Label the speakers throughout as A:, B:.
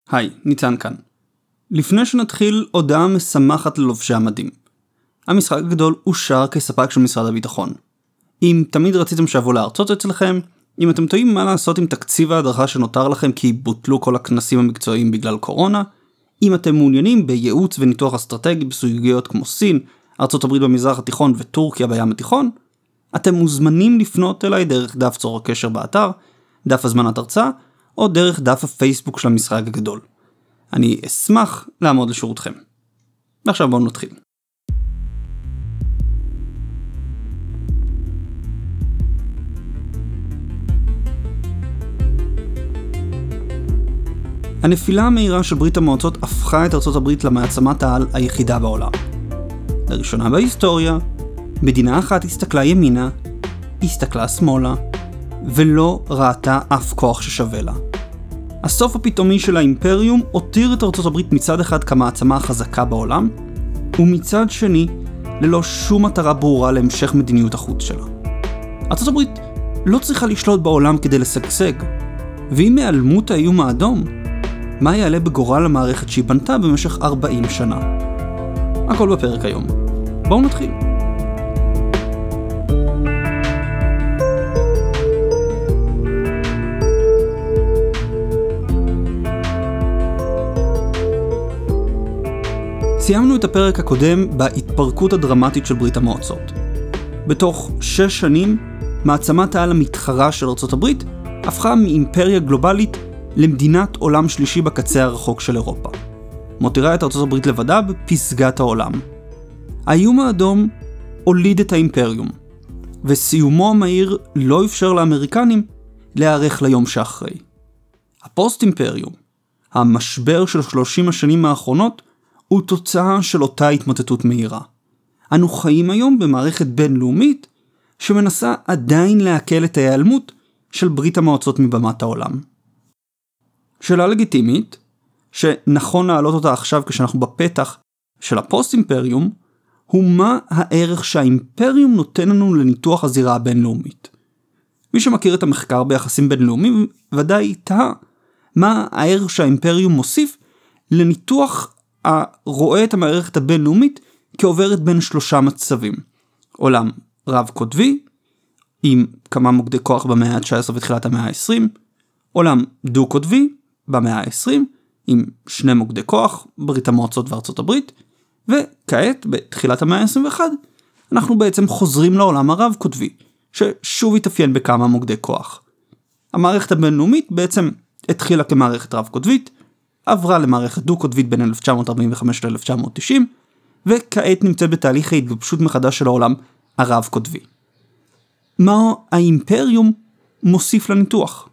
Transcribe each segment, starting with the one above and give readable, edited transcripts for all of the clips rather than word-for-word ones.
A: היי, ניצן כאן. לפני שנתחיל, הודעה משמחת ללובשי המדים. המשחק הגדול אושר כספק של משרד הביטחון. אם תמיד רציתם שיבוא להרצות אצלכם, אם אתם תוהים מה לעשות עם תקציב ההדרכה שנותר לכם כי בוטלו כל הכנסים המקצועיים בגלל קורונה, אם אתם מעוניינים בייעוץ וניתוח אסטרטגי בסוגיות כמו סין, ארצות הברית במזרח התיכון וטורקיה בים התיכון, אתם מוזמנים לפנות אליי דרך דף צור הקשר באתר, דף הזמנת הרצאה, או דרך דף הפייסבוק של המשחק הגדול. אני אשמח לעמוד לשירותכם. ועכשיו בואו נתחיל. הנפילה המהירה של ברית המועצות הפכה את ארצות הברית למעצמת העל היחידה בעולם. לראשונה בהיסטוריה, מדינה אחת הסתכלה ימינה, הסתכלה שמאלה, ולא ראתה אף כוח ששווה לה. הסוף הפתאומי של האימפריום הותיר את ארצות הברית מצד אחד כמעצמה החזקה בעולם, ומצד שני ללא שום מטרה ברורה להמשך מדיניות החוץ שלה. ארצות הברית לא צריכה לשלוט בעולם כדי לשגשג, ואם מהיעלמות האיום האדום, מה יעלה בגורל המערכת שהיא בנתה במשך 40 שנה? הכל בפרק היום. בואו נתחיל. סיימנו את הפרק הקודם בהתפרקות הדרמטית של ברית המועצות. בתוך 6 שנים, מעצמת העל המתחרה של ארצות הברית הפכה מאימפריה גלובלית למדינת עולם שלישי בקצה הרחוק של אירופה. מותירה את ארצות הברית לבדה בפסגת העולם. האיום האדום הוליד את האימפריום, וסיומו המהיר לא אפשר לאמריקנים להיערך ליום שאחרי. הפוסט-אימפריום, המשבר של 30 השנים האחרונות, הוא תוצאה של אותה התמוטטות מהירה. אנו חיים היום במערכת בינלאומית שמנסה עדיין להקל את ההיעלמות של ברית המועצות מבמת העולם. שאלה לגיטימית, שנכון להעלות אותה עכשיו כשאנחנו בפתח של הפוסט-אימפריום, הוא מה הערך שהאימפריום נותן לנו לניתוח הזירה הבינלאומית. מי שמכיר את המחקר ביחסים בינלאומיים ודאי תהה מה הערך שהאימפריום מוסיף לניתוח רואה את המערכת הבינלאומית כעוברת בין 3 מצבים. עולם רב קוטבי, עם כמה מוקדי כוח במאה ה-19 ותחילת המאה ה-20, עולם דו קוטבי במאה ה-20, עם 2 מוקדי כוח, ברית המועצות וארצות הברית, וכעת, בתחילת המאה ה-21, אנחנו בעצם חוזרים לעולם הרב קוטבי, ששוב התאפיין בכמה מוקדי כוח. המערכת הבינלאומית בעצם התחילה כמערכת רב קוטבית, עברה למערכת דו-קוטבית בין 1945 ל-1990, וכעת נמצאת בתהליך ההתגבשות מחדש של העולם הרב-קוטבי. מה האימפריום מוסיף לניתוח?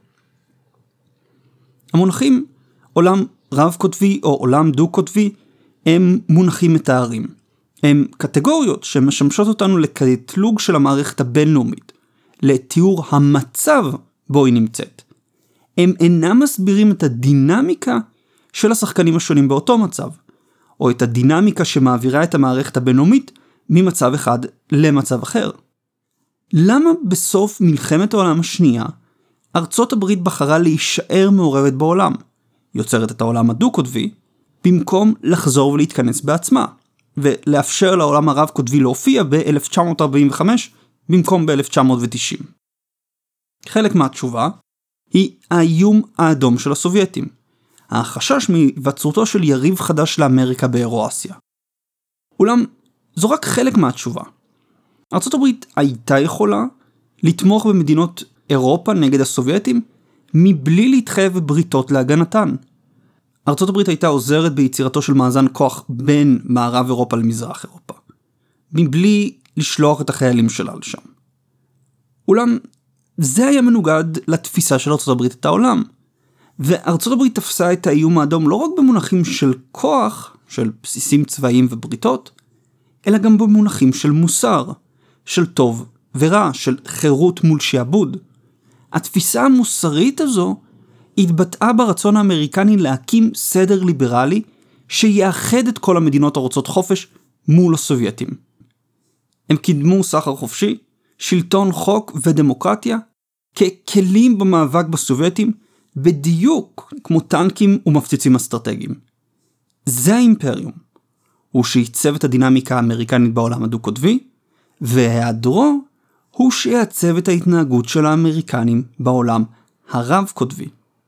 A: המונחים עולם רב-קוטבי או עולם דו-קוטבי הם מונחים מתארים. הם קטגוריות שמשמשות אותנו לקטלוג של המערכת הבינלאומית, לתיאור המצב בו היא נמצאת. הם אינם מסבירים את הדינמיקה של השחקנים השונים באותו מצב, או את הדינמיקה שמעבירה את המערכת הבינלאומית ממצב אחד למצב אחר. למה בסוף מלחמת העולם השנייה, ארצות הברית בחרה להישאר מעורבת בעולם, יוצרת את העולם הדו-קוטבי, במקום לחזור ולהתכנס בעצמה, ולאפשר לעולם הרב-קוטבי להופיע ב-1945 במקום ב-1990? חלק מהתשובה היא האיום האדום של הסובייטים. החשש מהיווצרותו של יריב חדש לאמריקה באירואסיה. אולם, זו רק חלק מהתשובה. ארצות הברית הייתה יכולה לתמוך במדינות אירופה נגד הסובייטים מבלי להתחייב בבריתות להגנתן. ארצות הברית הייתה עוזרת ביצירתו של מאזן כוח בין מערב אירופה למזרח אירופה, מבלי לשלוח את החיילים שלה לשם. אולם, זה היה מנוגד לתפיסה של ארצות הברית את העולם. וארצות הברית תפסה את האיום האדום לא רק במונחים של כוח, של בסיסים צבאיים ובריתות, אלא גם במונחים של מוסר, של טוב ורע, של חירות מול שעבוד. התפיסה המוסרית הזו התבטאה ברצון האמריקני להקים סדר ליברלי שיאחד את כל המדינות הרוצות חופש מול הסובייטים. הם קידמו סחר חופשי, שלטון חוק ודמוקרטיה ככלים במאבק בסובייטים בדיוק כמו טנקים ומפציצים אסטרטגיים. זה האימפריום. הוא שעיצב את הדינמיקה האמריקנית בעולם הדו-קוטבי, והיעדרו הוא שיעצב את ההתנהגות של האמריקנים בעולם הרב-קוטבי.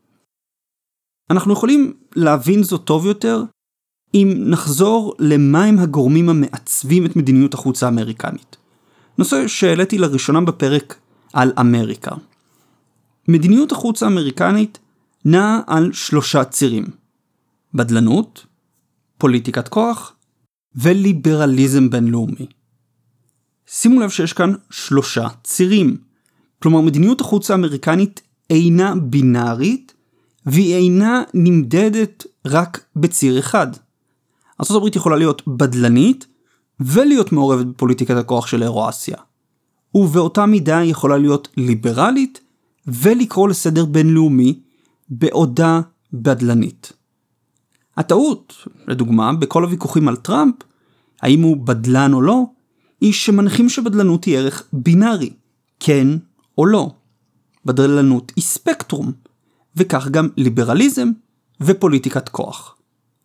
A: אנחנו יכולים להבין זאת טוב יותר אם נחזור למהם הגורמים המעצבים את מדיניות החוץ האמריקנית. נושא שהעליתי לראשונה בפרק על אמריקה. מדיניות החוץ האמריקנית נעה על 3 צירים: בדלנות, פוליטיקת כוח וליברליזם בינלאומי. שימו לב שיש כאן 3 צירים. כלומר, מדיניות החוץ האמריקנית אינה בינארית, והיא אינה נמדדת רק בציר אחד. ארצות הברית יכולה להיות בדלנית ולהיות מעורבת בפוליטיקת הכוח של אירו-אסיה. ובאותה מידה היא יכולה להיות ליברלית ולקרוא לסדר בינלאומי בעודה בדלנית. הטעות, לדוגמה, בכל הוויכוחים על טראמפ, האם הוא בדלן או לא, היא שמנחים שבדלנות היא ערך בינארי, כן או לא. בדלנות היא ספקטרום, וכך גם ליברליזם ופוליטיקת כוח.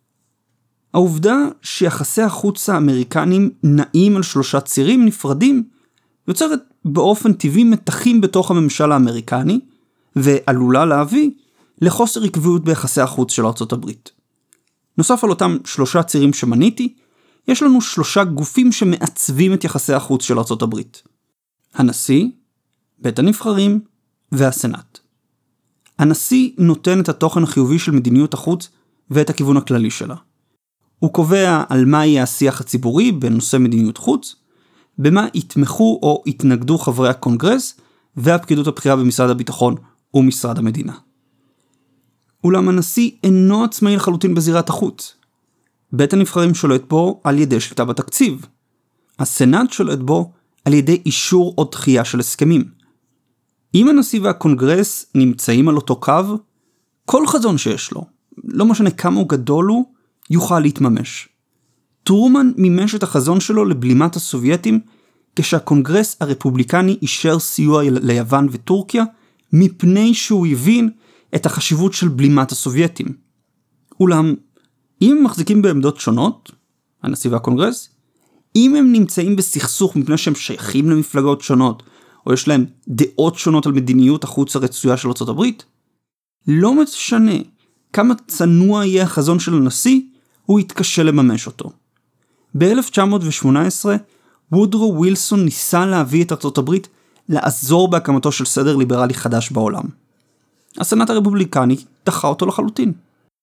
A: העובדה שיחסי החוץ האמריקנים נעים על 3 צירים נפרדים, יוצרת באופן טבעי מתחים בתוך הממשל האמריקני, ועלולה להביא לחוסר עקביות ביחסי החוץ של ארצות הברית. נוסף על אותם 3 צירים שמניתי, יש לנו 3 גופים שמעצבים את יחסי החוץ של ארצות הברית. הנשיא, בית הנבחרים והסנאט. הנשיא נותן את התוכן החיובי של מדיניות החוץ ואת הכיוון הכללי שלה. הוא קובע על מה יהיה השיח הציבורי בנושא מדיניות חוץ, במה יתמכו או יתנגדו חברי הקונגרס והפקידות הבכירה במשרד הביטחון ומשרד המדינה. אולם הנשיא אינו עצמאי לחלוטין בזירת החוץ. בית הנבחרים שולט בו על ידי שליטה בתקציב. הסנאט שולט בו על ידי אישור או דחייה של הסכמים. אם הנשיא והקונגרס נמצאים על אותו קו, כל חזון שיש לו, לא משנה כמה הוא גדול הוא, יוכל להתממש. טרומן מימש את החזון שלו לבלימת הסובייטים, כשהקונגרס הרפובליקני אישר סיוע ליוון וטורקיה, מפני שהוא הבין את החשיבות של בלימת הסובייטים. אולם, אם הם מחזיקים בעמדות שונות, הנשיא והקונגרס, אם הם נמצאים בסכסוך מפני שהם שייכים למפלגות שונות, או יש להם דעות שונות על מדיניות החוץ הרצויה של ארצות הברית, לא משנה כמה צנוע יהיה החזון של הנשיא, הוא יתקשה לממש אותו. ב-1918, וודרו ווילסון ניסה להביא את ארצות הברית לעזור בהקמתו של סדר ליברלי חדש בעולם. הסנאט הרפובליקני דחה אותו לחלוטין.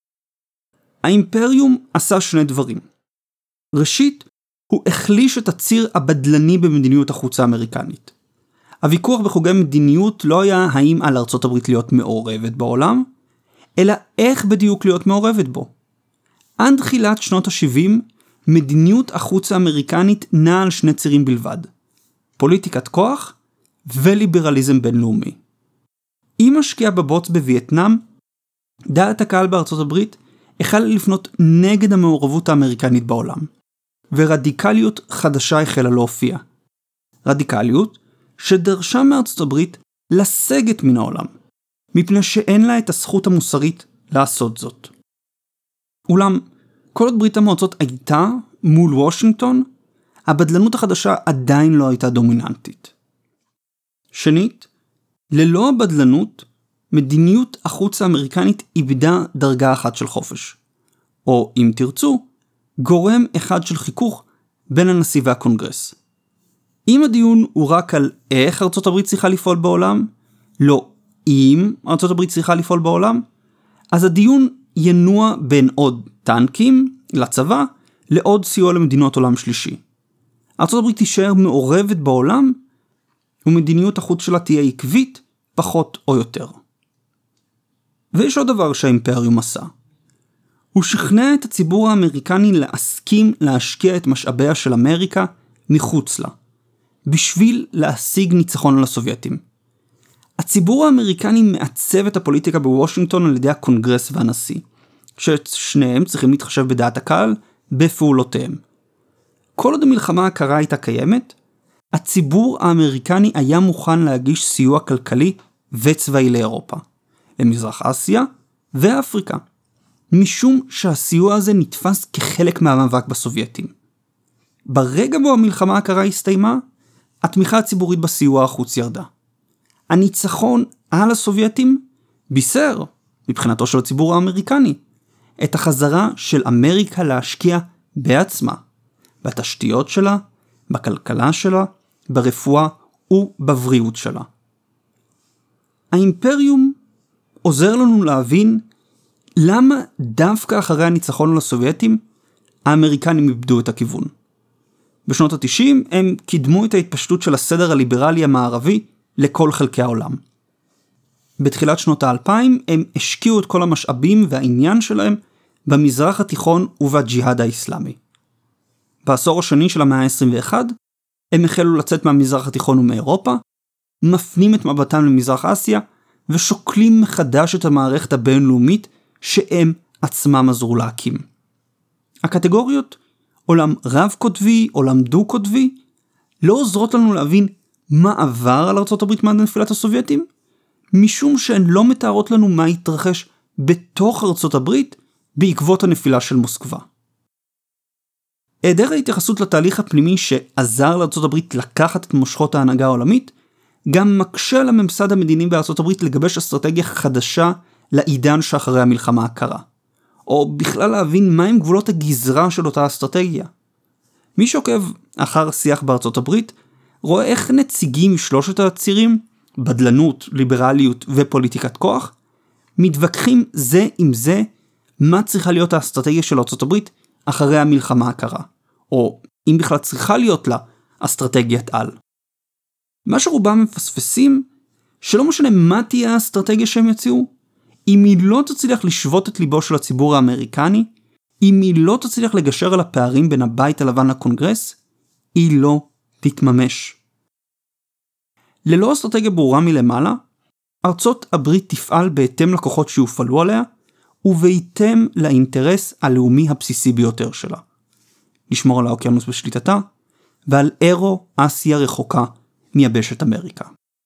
A: האימפריום עשה 2 דברים. ראשית, הוא החליש את הציר הבדלני במדיניות החוץ האמריקנית. הוויכוח בחוגי מדיניות לא היה האם על ארצות הברית להיות מעורבת בעולם, אלא איך בדיוק להיות מעורבת בו. עד תחילת שנות ה-70, מדיניות החוץ האמריקנית נעה על 2 צירים בלבד. פוליטיקת כוח וליברליזם בינלאומי. עם השקיעה בבוץ בווייטנאם, דעת הקהל בארצות הברית החלה לפנות נגד המעורבות האמריקנית בעולם, ורדיקליות חדשה החלה להופיע. רדיקליות שדרשה מארצות הברית לסגת מן העולם, מפני שאין לה את הזכות המוסרית לעשות זאת. אולם, כל עוד ברית המועצות הייתה מול וושינגטון, הבדלנות החדשה עדיין לא הייתה דומיננטית. שנית, ללא הבדלנות, מדיניות החוץ האמריקנית איבדה דרגה אחת של חופש. או, אם תרצו, גורם אחד של חיכוך בין הנשיא והקונגרס. אם הדיון הוא רק על איך ארצות הברית צריכה לפעול בעולם, לא אם ארצות הברית צריכה לפעול בעולם, אז הדיון ינוע בין עוד טנקים לצבא, לעוד סיוע למדינות עולם שלישי. ארצות הברית תישאר מעורבת בעולם, ומדיניות החוץ שלה תהיה עקבית, פחות או יותר. ויש עוד דבר שהאימפריום עשה. הוא שכנע את הציבור האמריקני להסכים להשקיע את משאביה של אמריקה מחוץ לה, בשביל להשיג ניצחון על הסובייטים. הציבור האמריקני מעצב את הפוליטיקה בוושינגטון על ידי הקונגרס והנשיא, כששניהם צריכים להתחשב בדעת הקהל בפעולותיהם. כל עוד המלחמה הקרה הייתה קיימת, הציבור האמריקני היה מוכן להגיש סיוע כלכלי וצבאי לאירופה, למזרח אסיה ואפריקה, משום שהסיוע הזה נתפס כחלק מהמאבק בסובייטים. ברגע בו המלחמה הקרה הסתיימה, התמיכה הציבורית בסיוע החוץ ירדה. הניצחון על הסובייטים בישר, מבחינתו של הציבור האמריקני, את החזרה של אמריקה להשקיע בעצמה, בתשתיות שלה, בכלכלה שלה, ברפואה ובבריאות שלה. האימפריום עוזר לנו להבין למה דווקא אחרי הניצחון על הסובייטים, האמריקנים איבדו את הכיוון. בשנות ה-90 הם קידמו את ההתפשטות של הסדר הליברלי המערבי לכל חלקי העולם. בתחילת שנות ה-2000 הם השקיעו את כל המשאבים והעניין שלהם במזרח התיכון ובג'יהאד האסלאמי. בעשור השני של המאה ה-21 הם החלו לצאת מהמזרח התיכון ומאירופה, מפנים את מבטם למזרח אסיה ושוקלים מחדש את המערכת הבינלאומית שהם עצמם עזרו להקים. הקטגוריות עולם רב-קוטבי, עולם דו-קוטבי, לא עוזרות לנו להבין מה עבר על ארצות הברית מאז נפילת הסובייטים, משום שהן לא מתארות לנו מה התרחש בתוך ארצות הברית בעקבות הנפילה של מוסקבה. היעדר ההתייחסות לתהליך הפנימי שעזר לארצות הברית לקחת את מושכות ההנהגה העולמית, גם מקשה לממסד המדיני בארצות הברית לגבש אסטרטגיה חדשה לעידן שאחרי המלחמה הקרה, או בכלל להבין מהם גבולות הגזרה של אותה אסטרטגיה. מי שעוקב אחר השיח בארצות הברית, רואה איך נציגים משלושת הצירים, בדלנות, ליברליות ופוליטיקת כוח, מתווכחים זה עם זה מה צריכה להיות האסטרטגיה של ארצות הברית אחרי המלחמה הקרה, או אם בכלל צריכה להיות לה אסטרטגיית על. מה שרובם מפספסים, שלא משנה מה תהיה האסטרטגיה שהם יציעו, אם היא לא תצליח לשבות את ליבו של הציבור האמריקני, אם היא לא תצליח לגשר על הפערים בין הבית הלבן לקונגרס, היא לא תתממש. ללא אסטרטגיה ברורה מלמעלה, ארצות הברית תפעל בהתאם לכוחות שיופעלו עליה, ובהתאם לאינטרס הלאומי הבסיסי ביותר שלה. לשמור על האוקיינוס בשליטתה, ועל אירו-אסיה רחוקה מיבשת אמריקה.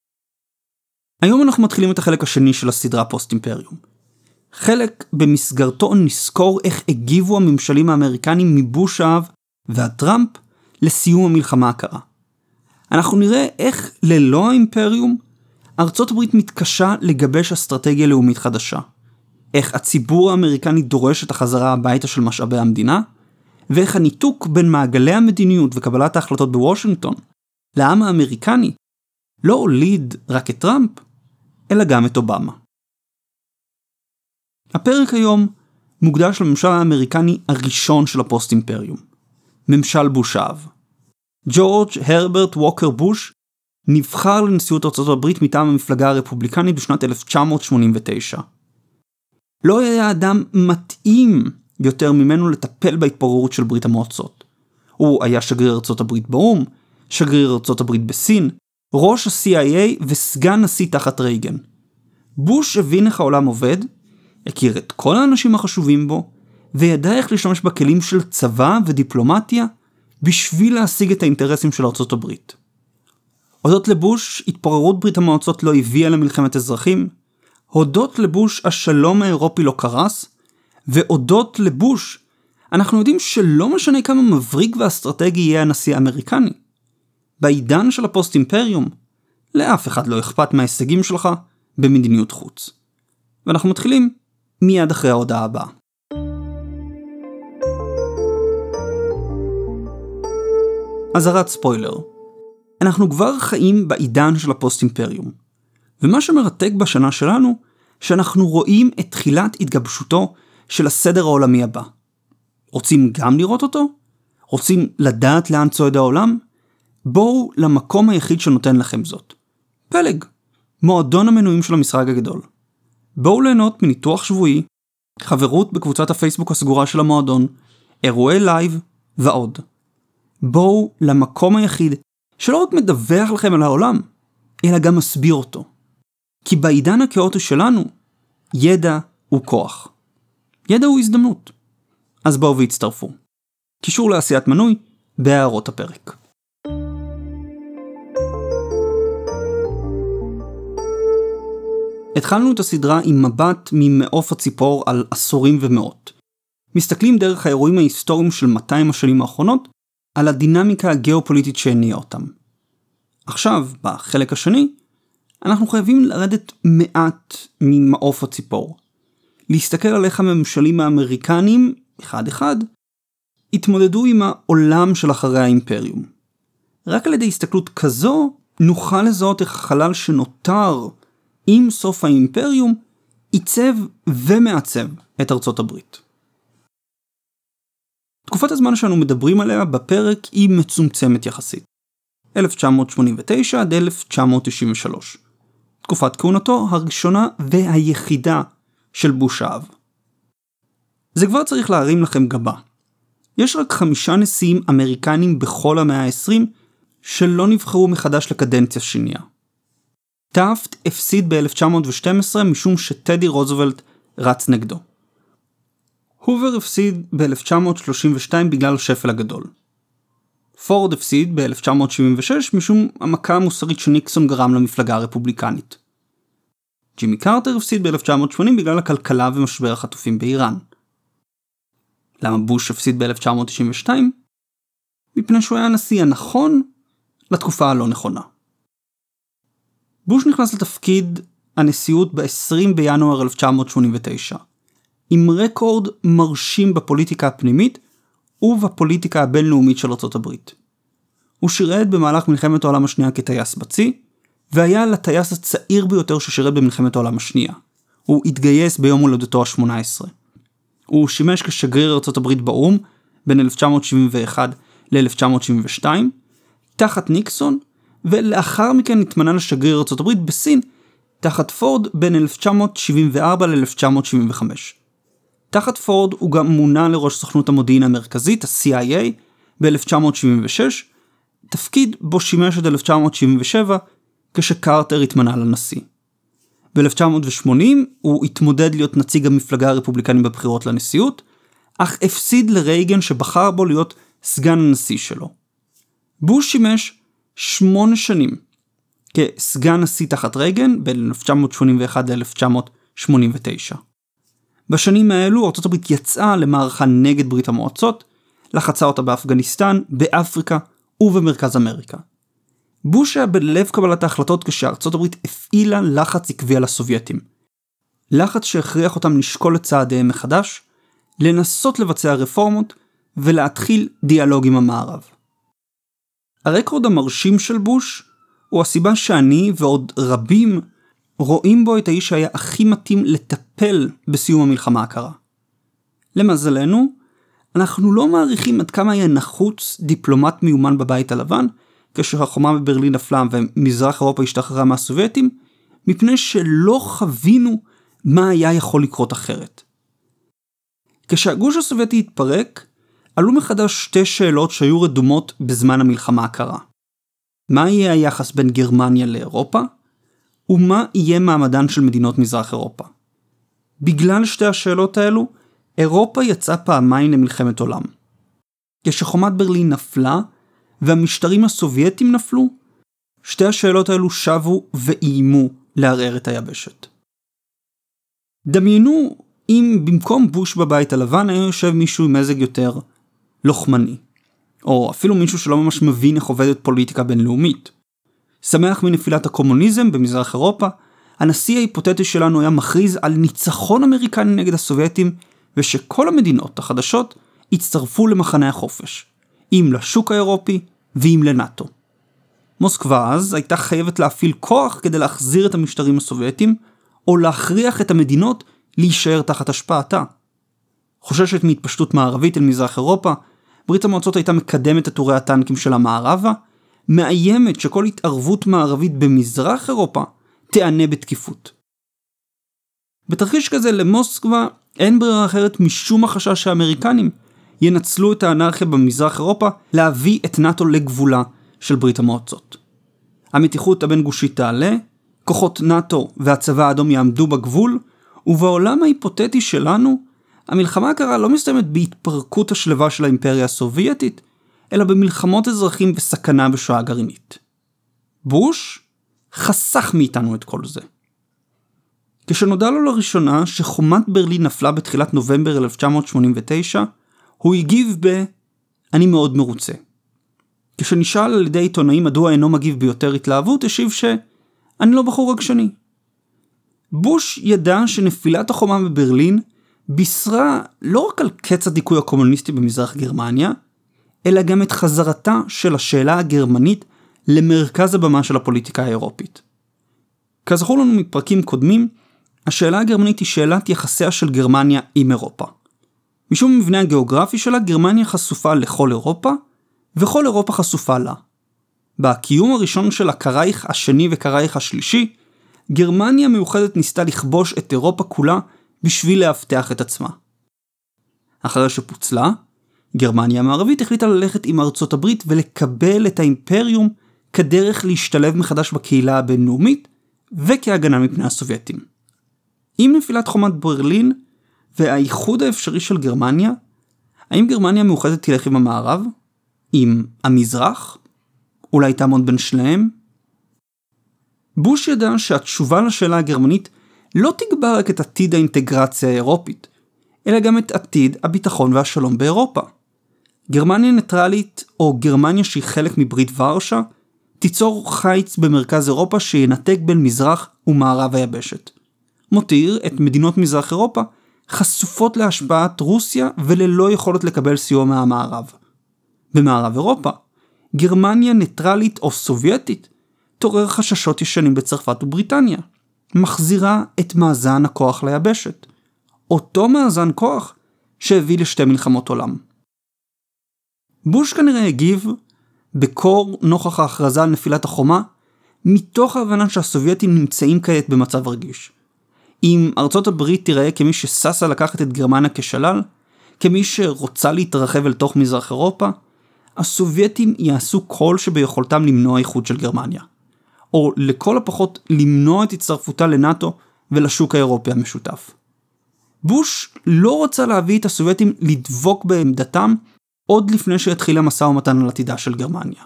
A: היום אנחנו מתחילים את החלק השני של הסדרה פוסט-אימפריום. חלק במסגרתו נזכור איך הגיבו הממשלים האמריקנים מבוש האב ועד טראמפ לסיום המלחמה הקרה. אנחנו נראה איך ללא האימפריום, ארצות הברית מתקשה לגבש אסטרטגיה לאומית חדשה. איך הציבור האמריקני דורש את החזרה הביתה של משאבי המדינה, ואיך הניתוק בין מעגלי המדיניות וקבלת ההחלטות בוושינגטון לעם האמריקני לא הוליד רק את טראמפ, אלא גם את אובמה. הפרק היום מוקדש לממשל האמריקני הראשון של הפוסט-אימפריום, ממשל בוש האב. ג'ורג' הרברט ווקר בוש נבחר לנשיאות ארצות הברית מטעם המפלגה הרפובליקנית בשנת 1989. לא היה אדם מתאים יותר ממנו לטפל בהתפוררות של ברית המועצות. הוא היה שגריר ארצות הברית באו"ם, שגריר ארצות הברית בסין, ראש ה-CIA וסגן נשיא תחת רייגן. בוש הבין איך העולם עובד, הכיר את כל האנשים החשובים בו, וידע איך להשתמש בכלים של צבא ודיפלומטיה בשביל להשיג את האינטרסים של ארצות הברית. הודות לבוש, התפוררות ברית המועצות לא הביאה למלחמת אזרחים, הודות לבוש, השלום האירופי לא קרס, והודות לבוש, אנחנו יודעים שלא משנה כמה מבריק ואסטרטגי יהיה הנשיא האמריקני. בעידן של הפוסט-אימפריום, לאף אחד לא אכפת מההישגים שלך במדיניות חוץ. ואנחנו מתחילים מיד אחרי ההודעה הבאה. אזהרת ספוילר. אנחנו כבר חיים בעידן של הפוסט-אימפריום. ומה שמרתק בשנה שלנו, שאנחנו רואים את תחילת התגבשותו של הסדר העולמי הבא. רוצים גם לראות אותו? רוצים לדעת לאן צועד העולם? בואו למקום היחיד שנותן לכם זאת. פלג, מועדון המנויים של המשחק הגדול. בואו ליהנות מניתוח שבועי, חברות בקבוצת הפייסבוק הסגורה של המועדון, אירועי לייב ועוד. בואו למקום היחיד שלא רק מדווח לכם על העולם, אלא גם מסביר אותו. כי בעידן הכאוטי שלנו, ידע הוא כוח. ידע הוא הזדמנות. אז בואו והצטרפו. קישור לעשיית מנוי בהערות הפרק. התחלנו את הסדרה עם מבט ממעוף הציפור על עשורים ומאות. מסתכלים דרך האירועים ההיסטוריים של 200 השנים האחרונות על הדינמיקה הגיאופוליטית שהניעה אותם. עכשיו, בחלק השני, אנחנו חייבים לרדת מעט ממעוף הציפור. להסתכל על איך הממשלים האמריקנים, אחד אחד, התמודדו עם העולם של אחרי האימפריום. רק על ידי הסתכלות כזו, נוכל לזהות איך החלל שנותר עם סוף האימפריום, עיצב ומעצב את ארצות הברית. תקופת הזמן שאנו מדברים עליה בפרק היא מצומצמת יחסית. 1989 עד 1993. תקופת כהונתו הראשונה והיחידה של בוש האב. זה כבר צריך להרים לכם גבה. יש רק 5 נשיאים אמריקנים בכל המאה ה-20 שלא נבחרו מחדש לקדנציה שנייה. טאפט הפסיד ב-1912 משום שטדי רוזוולט רץ נגדו. הובר הפסיד ב-1932 בגלל השפל הגדול. פורד הפסיד ב-1976 משום המכה המוסרית שניקסון גרם למפלגה הרפובליקנית. ג'ימי קרטר הפסיד ב-1980 בגלל הכלכלה ומשבר החטופים באיראן. למה בוש הפסיד ב-1992? מפני שהוא היה הנשיא הנכון לתקופה הלא נכונה. בוש נכנס לתפקיד הנשיאות ב-20 בינואר 1989, עם רקורד מרשים בפוליטיקה הפנימית ובפוליטיקה הבינלאומית של ארצות הברית. הוא שירת במהלך מלחמת העולם השנייה כטייס בצי, והיה לטייס הצעיר ביותר ששירת במלחמת העולם השנייה. הוא התגייס ביום הולדתו ה-18. הוא שימש כשגריר ארצות הברית באו"ם בין 1971 ל-1972, תחת ניקסון, ולאחר מכן התמנה לשגריר ארצות הברית בסין, תחת פורד בין 1974 ל-1975. תחת פורד הוא גם מונה לראש סוכנות המודיעין המרכזית, ה-CIA, ב-1976, תפקיד בו שימש עד 1977, כשקרטר התמנה לנשיא. ב-1980 הוא התמודד להיות נציג המפלגה הרפובליקנית בבחירות לנשיאות, אך הפסיד לרייגן שבחר בו להיות סגן הנשיא שלו. בוש שימש 8 שנים כסגן נשיא תחת רייגן בין 1981 ל-1989. בשנים האלו ארצות הברית יצאה למערכה נגד ברית המועצות, לחצה אותה באפגניסטן, באפריקה ובמרכז אמריקה. בוש היה בלב קבלת ההחלטות כשארצות הברית הפעילה לחץ עקבי על הסובייטים. לחץ שהכריח אותם לשקול את צעדיהם מחדש, לנסות לבצע רפורמות ולהתחיל דיאלוג עם המערב. הרקורד המרשים של בוש הוא הסיבה שאני ועוד רבים רואים בו את האיש שהיה הכי מתאים לטפל בסיום המלחמה הקרה. למזלנו, אנחנו לא מעריכים עד כמה היה נחוץ דיפלומט מיומן בבית הלבן, כשהחומה בברלין נפלה ומזרח אירופה השתחררה מהסובייטים, מפני שלא חווינו מה היה יכול לקרות אחרת. כשהגוש הסובייטי התפרק, עלו מחדש 2 שאלות שהיו רדומות בזמן המלחמה הקרה. מה יהיה היחס בין גרמניה לאירופה? ומה יהיה מעמדן של מדינות מזרח אירופה? בגלל 2 השאלות האלו, אירופה יצאה פעמיים למלחמת עולם. כשחומת ברלין נפלה, והמשטרים הסובייטים נפלו, 2 השאלות האלו שבו ואיימו לערער את היבשת. דמיינו אם במקום בוש בבית הלבן היה יושב מישהו עם מזג יותר לוחמני, או אפילו מישהו שלא ממש מבין איך עובדת פוליטיקה בינלאומית. שמח מנפילת הקומוניזם במזרח אירופה, הנשיא ההיפותטי שלנו היה מכריז על ניצחון אמריקני נגד הסובייטים, ושכל המדינות החדשות הצטרפו למחנה החופש, אם לשוק האירופי ואם לנאטו. מוסקבה אז הייתה חייבת להפעיל כוח כדי להחזיר את המשטרים הסובייטים, או להכריח את המדינות להישאר תחת השפעתה. חוששת מהתפשטות מערבית אל מזרח אירופה, ברית המועצות הייתה מקדמת את טורי הטנקים של המערבה, מאיימת שכל התערבות מערבית במזרח אירופה תענה בתקיפות. בתרחיש כזה למוסקבה אין ברירה אחרת משום החשש שהאמריקנים ינצלו את האנרכיה במזרח אירופה להביא את נאטו לגבולה של ברית המועצות. המתיחות הבין גושית תעלה, כוחות נאטו והצבא האדום יעמדו בגבול, ובעולם ההיפותטי שלנו, המלחמה הקרה לא מסתיימת בהתפרקות השלווה של האימפריה הסובייטית, אלא במלחמות אזרחים וסכנה בשואה גרעינית. בוש חסך מאיתנו את כל זה. כשנודע לו לראשונה שחומת ברלין נפלה בתחילת נובמבר 1989, הוא הגיב אני מאוד מרוצה. כשנשאל על ידי עיתונאים מדוע אינו מגיב ביותר התלהבות, השיב אני לא בחור רגשני. בוש ידע שנפילת החומה בברלין בישרה לא רק על קץ הדיכוי הקומוניסטי במזרח גרמניה, אלא גם את חזרתה של השאלה הגרמנית למרכז הבמה של הפוליטיקה האירופית. כזכור לנו מפרקים קודמים, השאלה הגרמנית היא שאלת יחסיה של גרמניה עם אירופה. משום המבנה הגיאוגרפי שלה, גרמניה חשופה לכל אירופה, וכל אירופה חשופה לה. בקיום הראשון שלה כרייך השני וכרייך השלישי, גרמניה מאוחדת ניסתה לכבוש את אירופה כולה בשביל להבטח את עצמה. אחרי שפוצלה, גרמניה המערבית החליטה ללכת עם ארצות הברית ולקבל את האימפריום כדרך להשתלב מחדש בקהילה הבינלאומית וכהגנה מפני הסובייטים. עם נפילת חומת ברלין והאיחוד האפשרי של גרמניה, האם גרמניה מאוחדת תלך עם המערב? עם המזרח? אולי תעמוד בין שניהם? בוש ידע שהתשובה לשאלה הגרמנית לא תגבר רק את עתיד האינטגרציה האירופית, אלא גם את עתיד הביטחון והשלום באירופה. גרמניה ניטרלית, או גרמניה שהיא חלק מברית ורשה, תיצור חיץ במרכז אירופה שינתק בין מזרח ומערב היבשת. מותיר את מדינות מזרח אירופה חשופות להשפעת רוסיה וללא יכולת לקבל סיוע מהמערב. במערב אירופה, גרמניה ניטרלית או סובייטית תעורר חששות ישנים בצרפת ובריטניה, מחזירה את מאזן הכוח ליבשת. אותו מאזן כוח שהביא לשתי מלחמות עולם. בוש כנראה הגיב בקור נוכח ההכרזה על נפילת החומה, מתוך ההבנה שהסובייטים נמצאים כעת במצב רגיש. אם ארצות הברית תיראה כמי שססה לקחת את גרמניה כשלל, כמי שרוצה להתרחב אל תוך מזרח אירופה, הסובייטים יעשו כל שביכולתם למנוע איחוד של גרמניה. או לכל הפחות למנוע את הצטרפותה לנאטו ולשוק האירופי המשותף. בוש לא רצה להביא את הסובייטים לדבוק בעמדתם עוד לפני שהתחיל המשא ומתן על עתידה של גרמניה.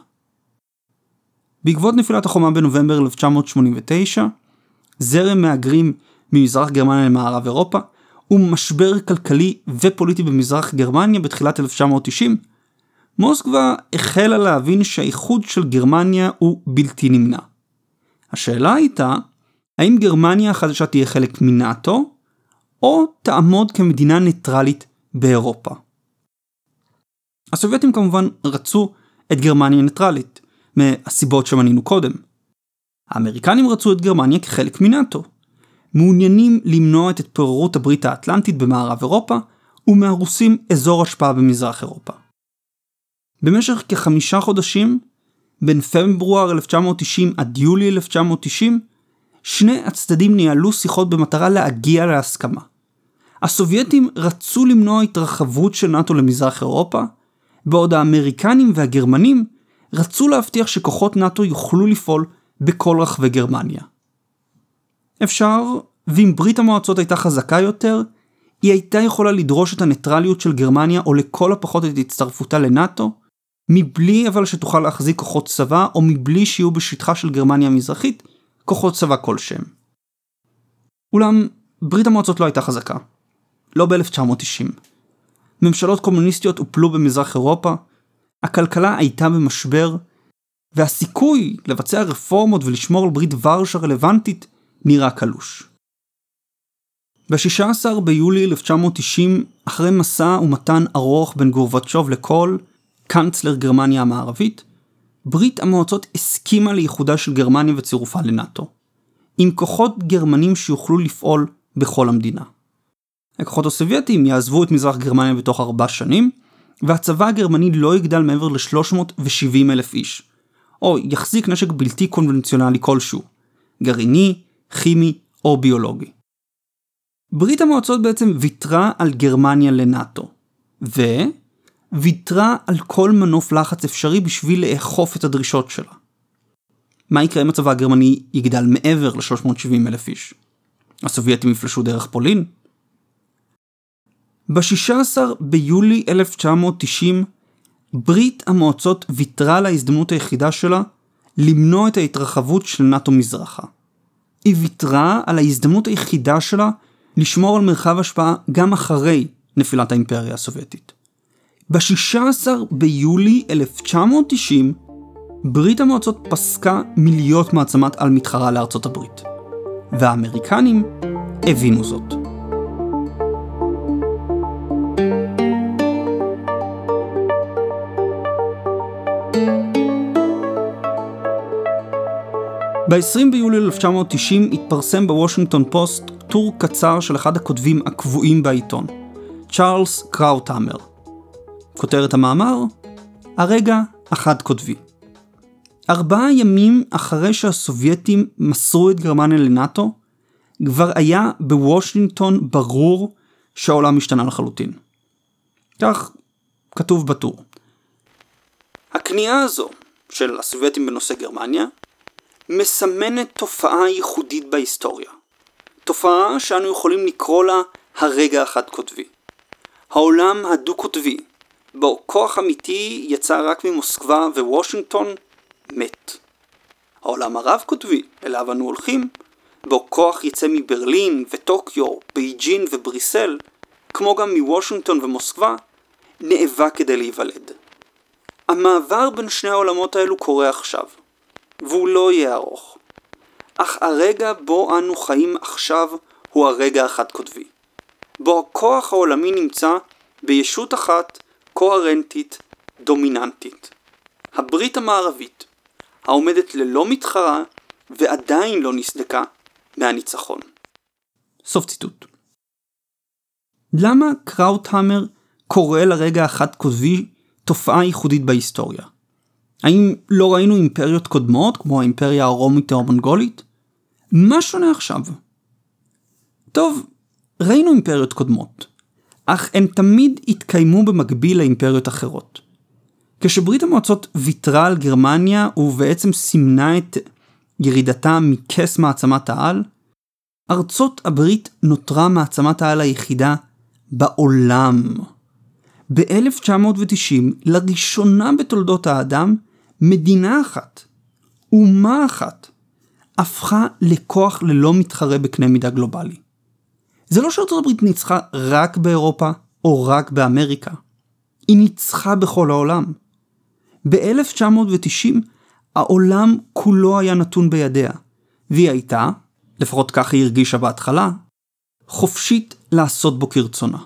A: בעקבות נפילת החומה בנובמבר 1989, זרם מהגרים ממזרח גרמניה למערב אירופה, ומשבר כלכלי ופוליטי במזרח גרמניה בתחילת 1990, מוסקבה החלה להבין שהאיחוד של גרמניה הוא בלתי נמנע. השאלה הייתה, האם גרמניה החדשה תהיה חלק מנאטו, או תעמוד כמדינה ניטרלית באירופה. הסובייטים כמובן רצו את גרמניה ניטרלית, מהסיבות שמנינו קודם. האמריקנים רצו את גרמניה כחלק מנאטו, מעוניינים למנוע את התפוררות הברית האטלנטית במערב אירופה, ומהרוסים אזור השפעה במזרח אירופה. במשך כ5 חודשים, בין פברואר 1990 עד יולי 1990, שני הצדדים ניהלו שיחות במטרה להגיע להסכמה. הסובייטים רצו למנוע התרחבות של נאטו למזרח אירופה, בעוד האמריקנים והגרמנים רצו להבטיח שכוחות נאטו יוכלו לפעול בכל רחבי גרמניה. אפשר, ואם ברית המועצות הייתה חזקה יותר, היא הייתה יכולה לדרוש את הניטרליות של גרמניה או לכל הפחות את הצטרפותה לנאטו, מבלי אבל שתוכל להחזיק כוחות צבא או מבלי שיהיו בשטחה של גרמניה המזרחית כוחות צבא כלשהם. אולם ברית המועצות לא הייתה חזקה. לא ב-1990. ממשלות קומוניסטיות הופלו במזרח אירופה, הכלכלה הייתה במשבר, והסיכוי לבצע רפורמות ולשמור על ברית ורשה רלוונטית נראה קלוש. ב-16 ביולי 1990, אחרי מסע ומתן ארוך בין גורבצ'וב לקול, קנצלר גרמניה המערבית, ברית המועצות הסכימה לאיחודה של גרמניה וצירופה לנאטו, עם כוחות גרמנים שיוכלו לפעול בכל המדינה. הכוחות הסובייטים יעזבו את מזרח גרמניה בתוך 4 שנים, והצבא הגרמני לא יגדל מעבר ל-370,000 איש, או יחזיק נשק בלתי קונבנציונלי כלשהו, גרעיני, כימי או ביולוגי. ברית המועצות בעצם ויתרה על גרמניה לנאטו, ויתרה על כל מנוף לחץ אפשרי בשביל לאכוף את הדרישות שלה. מה יקרה אם הצבא הגרמני יגדל מעבר ל-370,000 איש? הסובייטים יפלשו דרך פולין? ב-16 ביולי 1990, ברית המועצות ויתרה על ההזדמנות היחידה שלה למנוע את ההתרחבות של נאטו מזרחה. היא ויתרה על ההזדמנות היחידה שלה לשמור על מרחב השפעה גם אחרי נפילת האימפריה הסובייטית. ב-16 ביולי 1990, ברית המועצות פסקה מלהיות מעצמת על מתחרה לארצות הברית. והאמריקנים הבינו זאת. ב-20 ביולי 1990 התפרסם בוושינגטון פוסט טור קצר של אחד הכותבים הקבועים בעיתון, צ'ארלס קראוטהמר. כותרת המאמר, הרגע החד קוטבי. 4 ימים אחרי שהסובייטים מסרו את גרמניה לנאטו, כבר היה בוושינגטון ברור שהעולם השתנה לחלוטין. כך כתוב בטור. הכניעה הזו של הסובייטים בנושא גרמניה מסמנת תופעה ייחודית בהיסטוריה. תופעה שאנו יכולים לקרוא לה הרגע החד קוטבי. העולם הדו-קוטבי, בו כוח אמיתי יצא רק ממוסקבה ווושינגטון, מת. העולם הרב קוטבי, אליו אנו הולכים, בו כוח יצא מברלין וטוקיו, בייג'ין ובריסל, כמו גם מוושינגטון ומוסקבה, נאבק כדי להיוולד. המעבר בין שני העולמות האלו קורה עכשיו, והוא לא יהיה ארוך. אך הרגע בו אנו חיים עכשיו הוא הרגע החד קוטבי, בו הכוח העולמי נמצא בישות אחת קוהרנטית, דומיננטית. הברית המערבית, העומדת ללא מתחרה ועדיין לא נסדקה מהניצחון. סוף ציטוט. למה קראוטהמר קורא לרגע החד קוטבי תופעה ייחודית בהיסטוריה? האם לא ראינו אימפריות קודמות כמו האימפריה הרומית או המונגולית? מה שונה עכשיו? טוב, ראינו אימפריות קודמות, אך הן תמיד התקיימו במקביל לאימפריות אחרות. כשברית המועצות ויתרה על גרמניה ובעצם סימנה את ירידתה מכס מעצמת העל, ארצות הברית נותרה מעצמת העל היחידה בעולם. ב-1990, לראשונה בתולדות האדם, מדינה אחת, אומה אחת, הפכה לכוח ללא מתחרה בקנה מידה גלובלי. זה לא שארצות הברית ניצחה רק באירופה או רק באמריקה. היא ניצחה בכל העולם. ב-1990 העולם כולו היה נתון בידיה, והיא הייתה, לפחות כך היא הרגישה בהתחלה, חופשית לעשות בו כרצונה.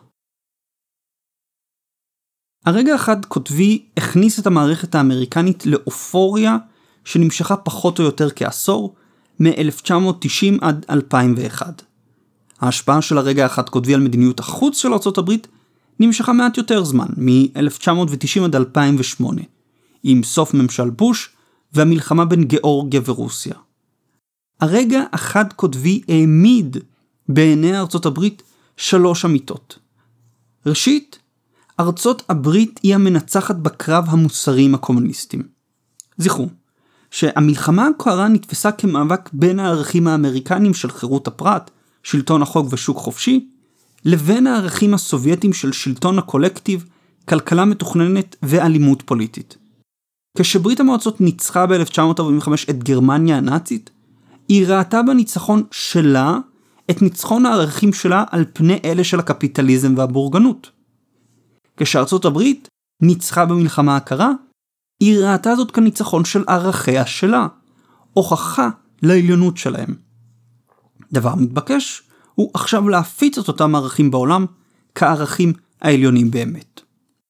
A: הרגע החד קוטבי הכניס את המערכת האמריקנית לאופוריה שנמשכה פחות או יותר כעשור, מ-1990 עד 2001. ההשפעה של הרגע החד קוטבי על מדיניות החוץ של ארצות הברית נמשכה מעט יותר זמן, מ-1990 עד 2008, עם סוף ממשל בוש והמלחמה בין גיאורגיה ורוסיה. הרגע החד קוטבי העמיד בעיני ארצות הברית 3 אמיתות. ראשית, ארצות הברית היא המנצחת בקרב המוסרי עם הקומוניסטים. זכרו, שהמלחמה הקרה נתפסה כמאבק בין הערכים האמריקנים של חירות הפרט, שלטון החוק ושוק חופשי, לבין הערכים הסובייטיים של שלטון הקולקטיב, כלכלה מתוכננת ואלימות פוליטית. כשברית המועצות ניצחה ב-1945 את גרמניה הנאצית, היא ראתה בניצחון שלה את ניצחון הערכים שלה על פני אלה של הקפיטליזם והבורגנות. כשארצות הברית ניצחה במלחמה הקרה, היא ראתה זאת כניצחון של ערכיה שלה, הוכחה לעליונות שלהם. דבר מתבקש הוא עכשיו להפיץ את אותם ערכים בעולם כערכים העליונים באמת.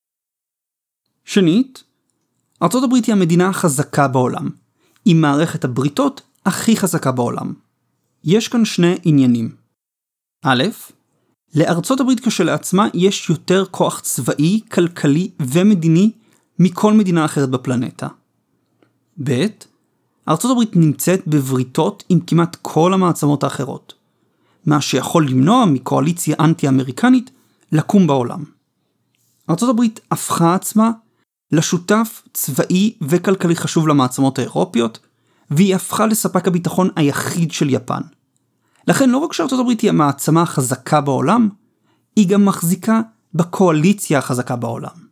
A: שנית, ארצות הברית היא המדינה החזקה בעולם, עם מערכת הבריתות הכי חזקה בעולם. יש כאן 2 עניינים. א', לארצות הברית כשלעצמה יש יותר כוח צבאי, כלכלי ומדיני מכל מדינה אחרת בפלנטה. ב', ארצות הברית נמצאת בבריתות עם כמעט כל המעצמות האחרות, מה שיכול למנוע מקואליציה אנטי-אמריקנית לקום בעולם. ארצות הברית הפכה עצמה לשותף צבאי וכלכלי חשוב למעצמות האירופיות, והיא הפכה לספק הביטחון היחיד של יפן. לכן לא רק שארצות הברית היא המעצמה החזקה בעולם, היא גם מחזיקה בקואליציה החזקה בעולם.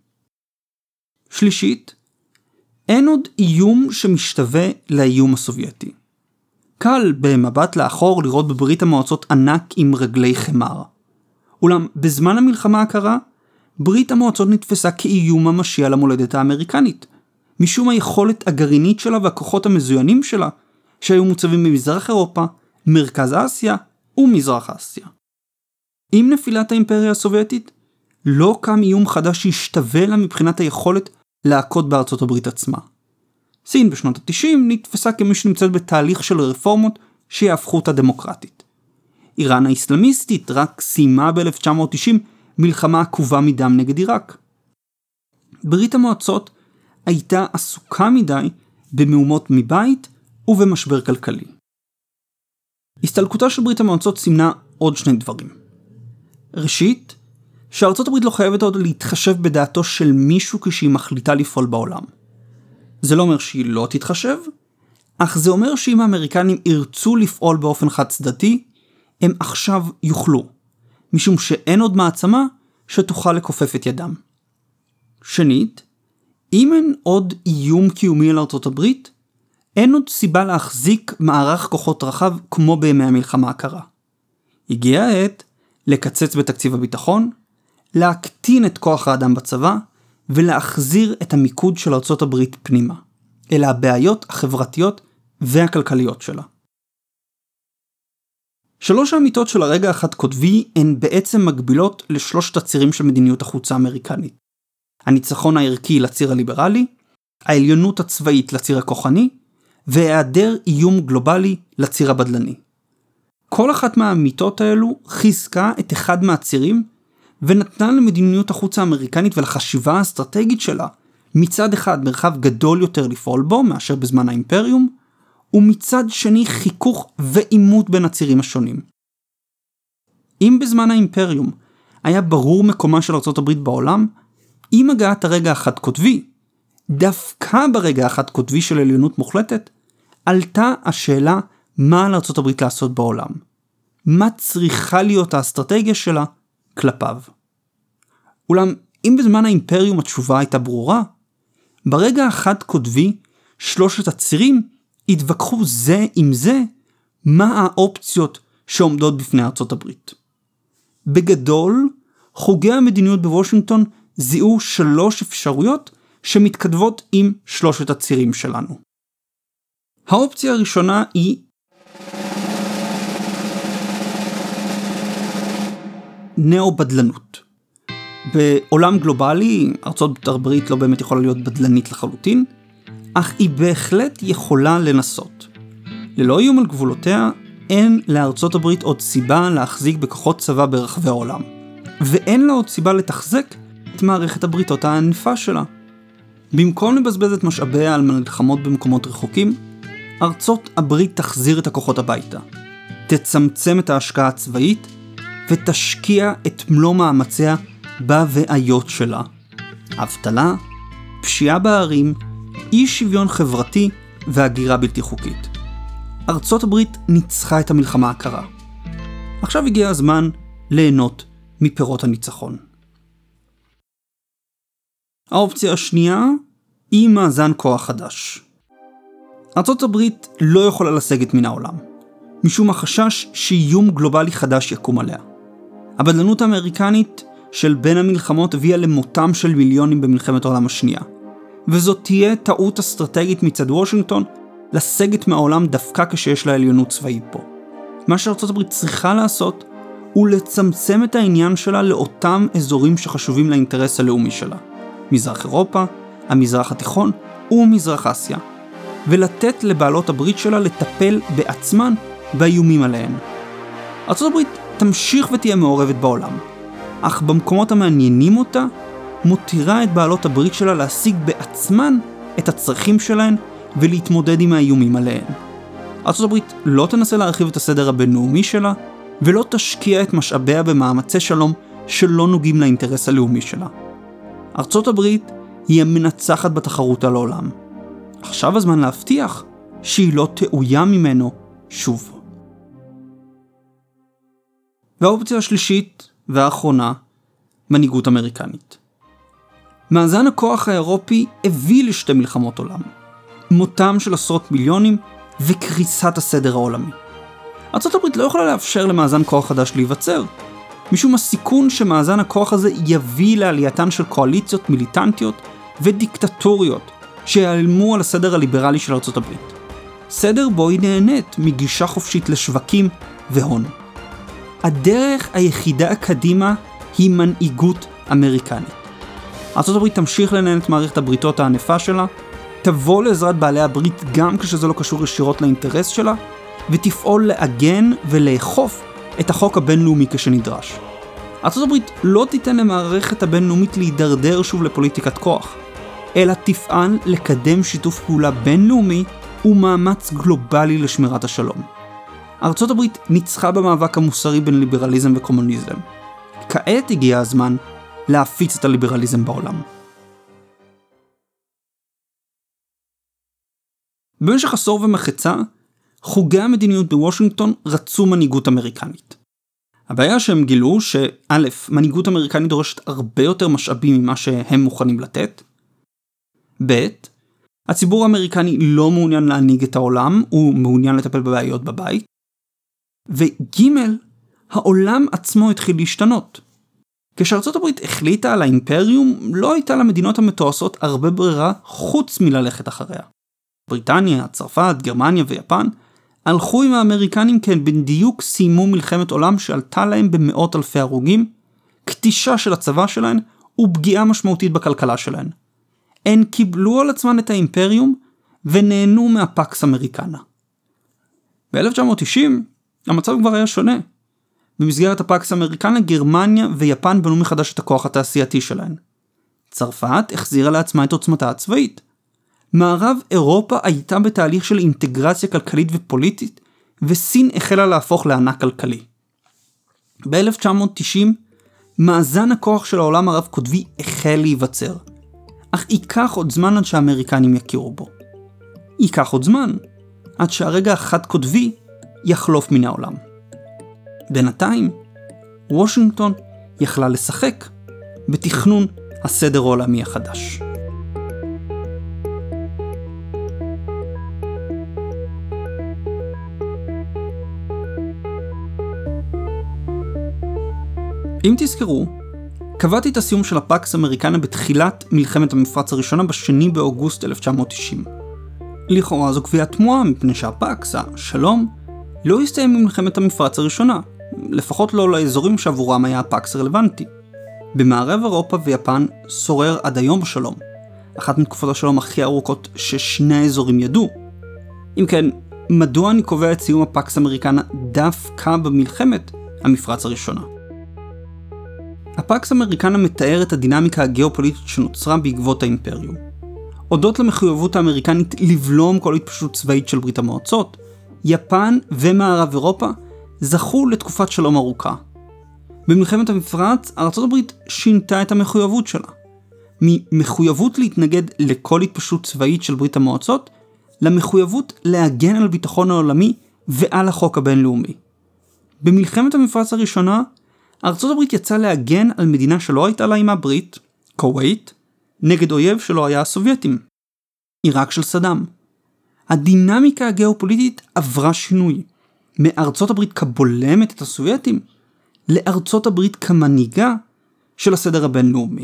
A: שלישית, אין עוד איום שמשתווה לאיום הסובייטי. קל במבט לאחור לראות בברית המועצות ענק עם רגלי חמר. אולם בזמן המלחמה הקרה, ברית המועצות נתפסה כאיום ממשי על המולדת האמריקנית, משום היכולת הגרעינית שלה והכוחות המזוינים שלה, שהיו מוצבים במזרח אירופה, מרכז אסיה ומזרח אסיה. עם נפילת האימפריה הסובייטית, לא קם איום חדש שהשתווה לה מבחינת היכולת להכות בארצות הברית עצמה. סין בשנות ה-90 נתפסה כמי שנמצאת בתהליך של רפורמות שיהפכו אותה דמוקרטית. איראן האסלאמיסטית רק סיימה ב-1990 מלחמה עקובה מדם נגד עיראק. ברית המועצות הייתה עסוקה מדי במהומות מבית ובמשבר כלכלי. הסתלקותה של ברית המועצות סימנה עוד שני דברים. ראשית, שארצות הברית לא חייבת עוד להתחשב בדעתו של מישהו כשהיא מחליטה לפעול בעולם. זה לא אומר שהיא לא תתחשב, אך זה אומר שאם האמריקנים ירצו לפעול באופן חד צדדי, הם עכשיו יוכלו, משום שאין עוד מעצמה שתוכל לכופף את ידם. שנית, אם אין עוד איום קיומי על ארצות הברית, אין עוד סיבה להחזיק מערך כוחות רחב כמו בימי המלחמה הקרה. הגיעה העת לקצץ בתקציב הביטחון, להקטין את כוח האדם בצבא, ולהחזיר את המיקוד של ארצות הברית פנימה, אל הבעיות החברתיות והכלכליות שלה. שלוש האמיתות של הרגע החד קוטבי הן בעצם מקבילות לשלושת הצירים של מדיניות החוץ האמריקנית. הניצחון הערכי לציר הליברלי, העליונות הצבאית לציר הכוחני, והיעדר איום גלובלי לציר הבדלני. כל אחת מהאמיתות האלו חיזקה את אחד מהצירים, ונתנה למדיניות החוץ האמריקנית ולחשיבה האסטרטגית שלה, מצד אחד מרחב גדול יותר לפעול בו מאשר בזמן האימפריום, ומצד שני חיכוך ועימות בין הצירים השונים. אם בזמן האימפריום היה ברור מקומה של ארצות הברית בעולם, עם הגעת הרגע החד קוטבי, דווקא ברגע החד קוטבי של עליונות מוחלטת, עלתה השאלה מה על ארצות הברית לעשות בעולם. מה צריכה להיות האסטרטגיה שלה כלפיו. אולם אם בזמן האימפריום התשובה הייתה ברורה, ברגע החד קוטבי שלושת הצירים התווכחו זה עם זה מה האופציות שעומדות בפני ארצות הברית. בגדול, חוגי המדיניות בוושינגטון זיהו שלוש אפשרויות שמתכתבות עם שלושת הצירים שלנו. האופציה הראשונה היא נאו-בדלנות. בעולם גלובלי, ארצות הברית לא באמת יכולה להיות בדלנית לחלוטין, אך היא בהחלט יכולה לנסות. ללא איום על גבולותיה, אין לארצות הברית עוד סיבה להחזיק בכוחות צבא ברחבי העולם. ואין לה עוד סיבה לתחזק את מערכת הבריתות הענפה שלה. במקום לבזבז את משאביה על מלחמות במקומות רחוקים, ארצות הברית תחזיר את הכוחות הביתה, תצמצם את ההשקעה הצבאית, ותשקיע את מלוא מאמציה בבעיות שלה. אבטלה, פשיעה בערים, אי שוויון חברתי והגירה בלתי חוקית. ארצות הברית ניצחה את המלחמה הקרה. עכשיו הגיע הזמן ליהנות מפירות הניצחון. האופציה השנייה היא מאזן כוח חדש. ארצות הברית לא יכולה לסגת מן העולם, משום החשש שאיום גלובלי חדש יקום עליה. הבדלנות האמריקנית של בין המלחמות הביאה למותם של מיליונים במלחמת העולם השנייה, וזאת תהיה טעות אסטרטגית מצד וושינגטון לסגת מהעולם דווקא כשיש לה עליונות צבאית פה. מה שארצות הברית צריכה לעשות הוא לצמצם את העניין שלה לאותם אזורים שחשובים לאינטרס הלאומי שלה, מזרח אירופה, המזרח התיכון ומזרח אסיה, ולתת לבעלות הברית שלה לטפל בעצמן באיומים עליהן. ארצות הברית תמשיך ותהיה מעורבת בעולם, אך במקומות המעניינים אותה, מותירה את בעלות הברית שלה להשיג בעצמן את הצרכים שלהן ולהתמודד עם האיומים עליהן. ארצות הברית לא תנסה להרחיב את הסדר הבינלאומי שלה, ולא תשקיע את משאביה במאמצי שלום שלא נוגעים לאינטרס הלאומי שלה. ארצות הברית היא המנצחת בתחרות על העולם. עכשיו הזמן להבטיח שהיא לא תאוים ממנו שוב. והאופציה השלישית והאחרונה, מנהיגות אמריקנית. מאזן הכוח האירופי הביא לשתי מלחמות עולם. מותם של עשרות מיליונים וקריסת הסדר העולמי. ארצות הברית לא יכולה לאפשר למאזן כוח חדש להיווצר, משום הסיכון שמאזן הכוח הזה יביא לעלייתן של קואליציות מיליטנטיות ודיקטטוריות שיעלמו על הסדר הליברלי של ארצות הברית. סדר בו היא נהנית מגישה חופשית לשווקים והון. הדרך היחידה קדימה היא מנהיגות אמריקנית. ארצות הברית תמשיך לנהל את מערכת הבריתות הענפה שלה, תבוא לעזרת בעלי הברית גם כשזה לא קשור ישירות לאינטרס שלה, ותפעול לעגן ולאכוף את החוק הבינלאומי כשנדרש. ארצות הברית לא תיתן למערכת הבינלאומית להידרדר שוב לפוליטיקת כוח, אלא תפעל לקדם שיתוף פעולה בינלאומי ומאמץ גלובלי לשמירת השלום. ארצות הברית ניצחה במאבק המוסרי בין ליברליזם וקומוניזם. כעת הגיע הזמן להפיץ את הליברליזם בעולם. במשך עשור ומחצה, חוגי המדיניות בוושינגטון רצו מנהיגות אמריקנית. הבעיה שהם גילו שא', מנהיגות אמריקנית דורשת הרבה יותר משאבים ממה שהם מוכנים לתת. ב', הציבור האמריקני לא מעוניין להנהיג את העולם, הוא מעוניין לטפל בבעיות בבית. וג', העולם עצמו התחיל להשתנות. כשארצות הברית החליטה על האימפריום, לא הייתה למדינות המתועשות הרבה ברירה חוץ מללכת אחריה. בריטניה, צרפת, גרמניה ויפן הלכו עם האמריקנים כי בדיוק סיימו מלחמת עולם שעלתה להם במאות אלפי הרוגים, קטישה של הצבא שלהן ופגיעה משמעותית בכלכלה שלהן. הן קיבלו על עצמן את האימפריום ונהנו מהפקס אמריקנה. ב-1990 המצב כבר היה שונה. במסגרת הפקס אמריקנה גרמניה ויפן בנו מחדש את הכוח התעשייתי שלהן. צרפת החזירה לעצמה את עוצמתה הצבאית. מערב אירופה הייתה בתהליך של אינטגרציה כלכלית ופוליטית, וסין החלה להפוך לענק כלכלי. ב-1990 מאזן הכוח של העולם הרב קוטבי החל להיווצר, אך ייקח עוד זמן עד שהאמריקנים יכירו בו. ייקח עוד זמן עד שהרגע החד קוטבי יחלוף מן העולם. בינתיים, וושינגטון יכלה לשחק בתכנון הסדר העולמי החדש. אם תזכרו, קבעתי את הסיום של הפקס אמריקנה בתחילת מלחמת המפרץ הראשונה ב2 באוגוסט 1990. לכאורה זו קביעה תמוהה מפני שהפקס, השלום, לא הסתיים ממלחמת המפרץ הראשונה, לפחות לא לאזורים שעבורם היה הפקס רלוונטי. במערב אירופה ויפן שורר עד היום בשלום, אחת מתקופות השלום הכי ארוכות ששני האזורים ידעו. אם כן, מדוע אני קובע את סיום הפקס אמריקנה דווקא במלחמת המפרץ הראשונה? הפקס אמריקנה מתאר את הדינמיקה הגיאופוליטית שנוצרה בעקבות האימפריום. הודות למחויבות האמריקנית לבלום כל התפשטות צבאית של ברית המועצות, יפן ומערב אירופה זכו לתקופת שלום ארוכה. במלחמת המפרץ, ארצות הברית שינתה את המחויבות שלה. ממחויבות להתנגד לכל התפשטות צבאית של ברית המועצות, למחויבות להגן על ביטחון העולמי ועל החוק הבינלאומי. במלחמת המפרץ הראשונה, ארצות הברית יצאה להגן על מדינה שלא הייתה לה עם הברית, כווית, נגד אויב שלא היה הסובייטים, עיראק של סדאם. הדינמיקה הגיאופוליטית עברה שינוי, מארצות הברית כבולמת את הסובייטים, לארצות הברית כמנהיגה של הסדר הבינלאומי.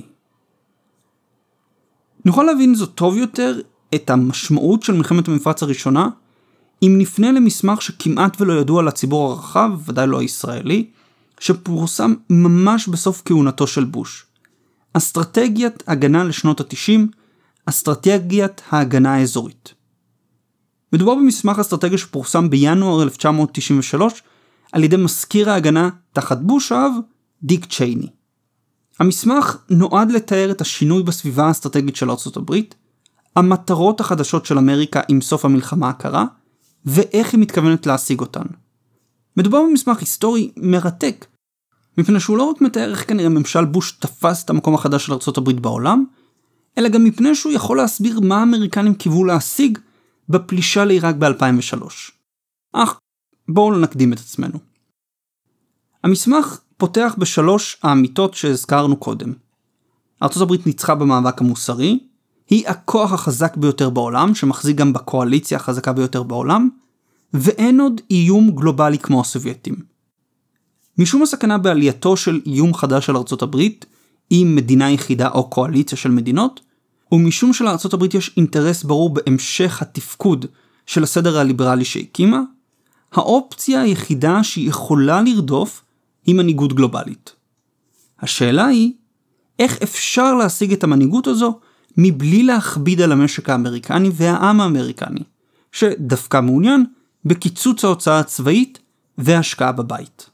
A: נוכל להבין זאת טוב יותר את המשמעות של מלחמת המפרץ הראשונה, אם נפנה למסמך שכמעט ולא ידוע לציבור הרחב, ודאי לא הישראלי, שפורסם ממש בסוף כהונתו של בוש. אסטרטגיית הגנה לשנות ה-90, אסטרטגיית ההגנה האזורית. מדובר במסמך אסטרטגיה שפורסם בינואר 1993 על ידי מזכיר ההגנה תחת בוש האב, דיק צ'ייני. המסמך נועד לתאר את השינוי בסביבה האסטרטגית של ארצות הברית, המטרות החדשות של אמריקה עם סוף המלחמה הקרה, ואיך היא מתכוונת להשיג אותן. מדובר במסמך היסטורי מרתק, מפני שהוא לא רק מתאר איך כנראה ממשל בוש תפס את המקום החדש של ארצות הברית בעולם, אלא גם מפני שהוא יכול להסביר מה האמריקנים קיוו להשיג בפלישה לעיראק ב-2003. אך בואו לא נקדים את עצמנו. המסמך פותח בשלוש האמיתות שהזכרנו קודם. ארצות הברית ניצחה במאבק המוסרי, היא הכוח החזק ביותר בעולם, שמחזיק גם בקואליציה החזקה ביותר בעולם, ואין עוד איום גלובלי כמו הסובייטים. משום הסכנה בעלייתו של איום חדש על ארצות הברית, עם מדינה יחידה או קואליציה של מדינות, ומשום שלארצות הברית יש אינטרס ברור בהמשך התפקוד של הסדר הליברלי שהקימה, האופציה היחידה שהיא יכולה לרדוף היא מנהיגות גלובלית. השאלה היא, איך אפשר להשיג את המנהיגות הזו מבלי להכביד על המשק האמריקני והעם האמריקני, שדווקא מעוניין בקיצוץ ההוצאה הצבאית והשקעה בבית.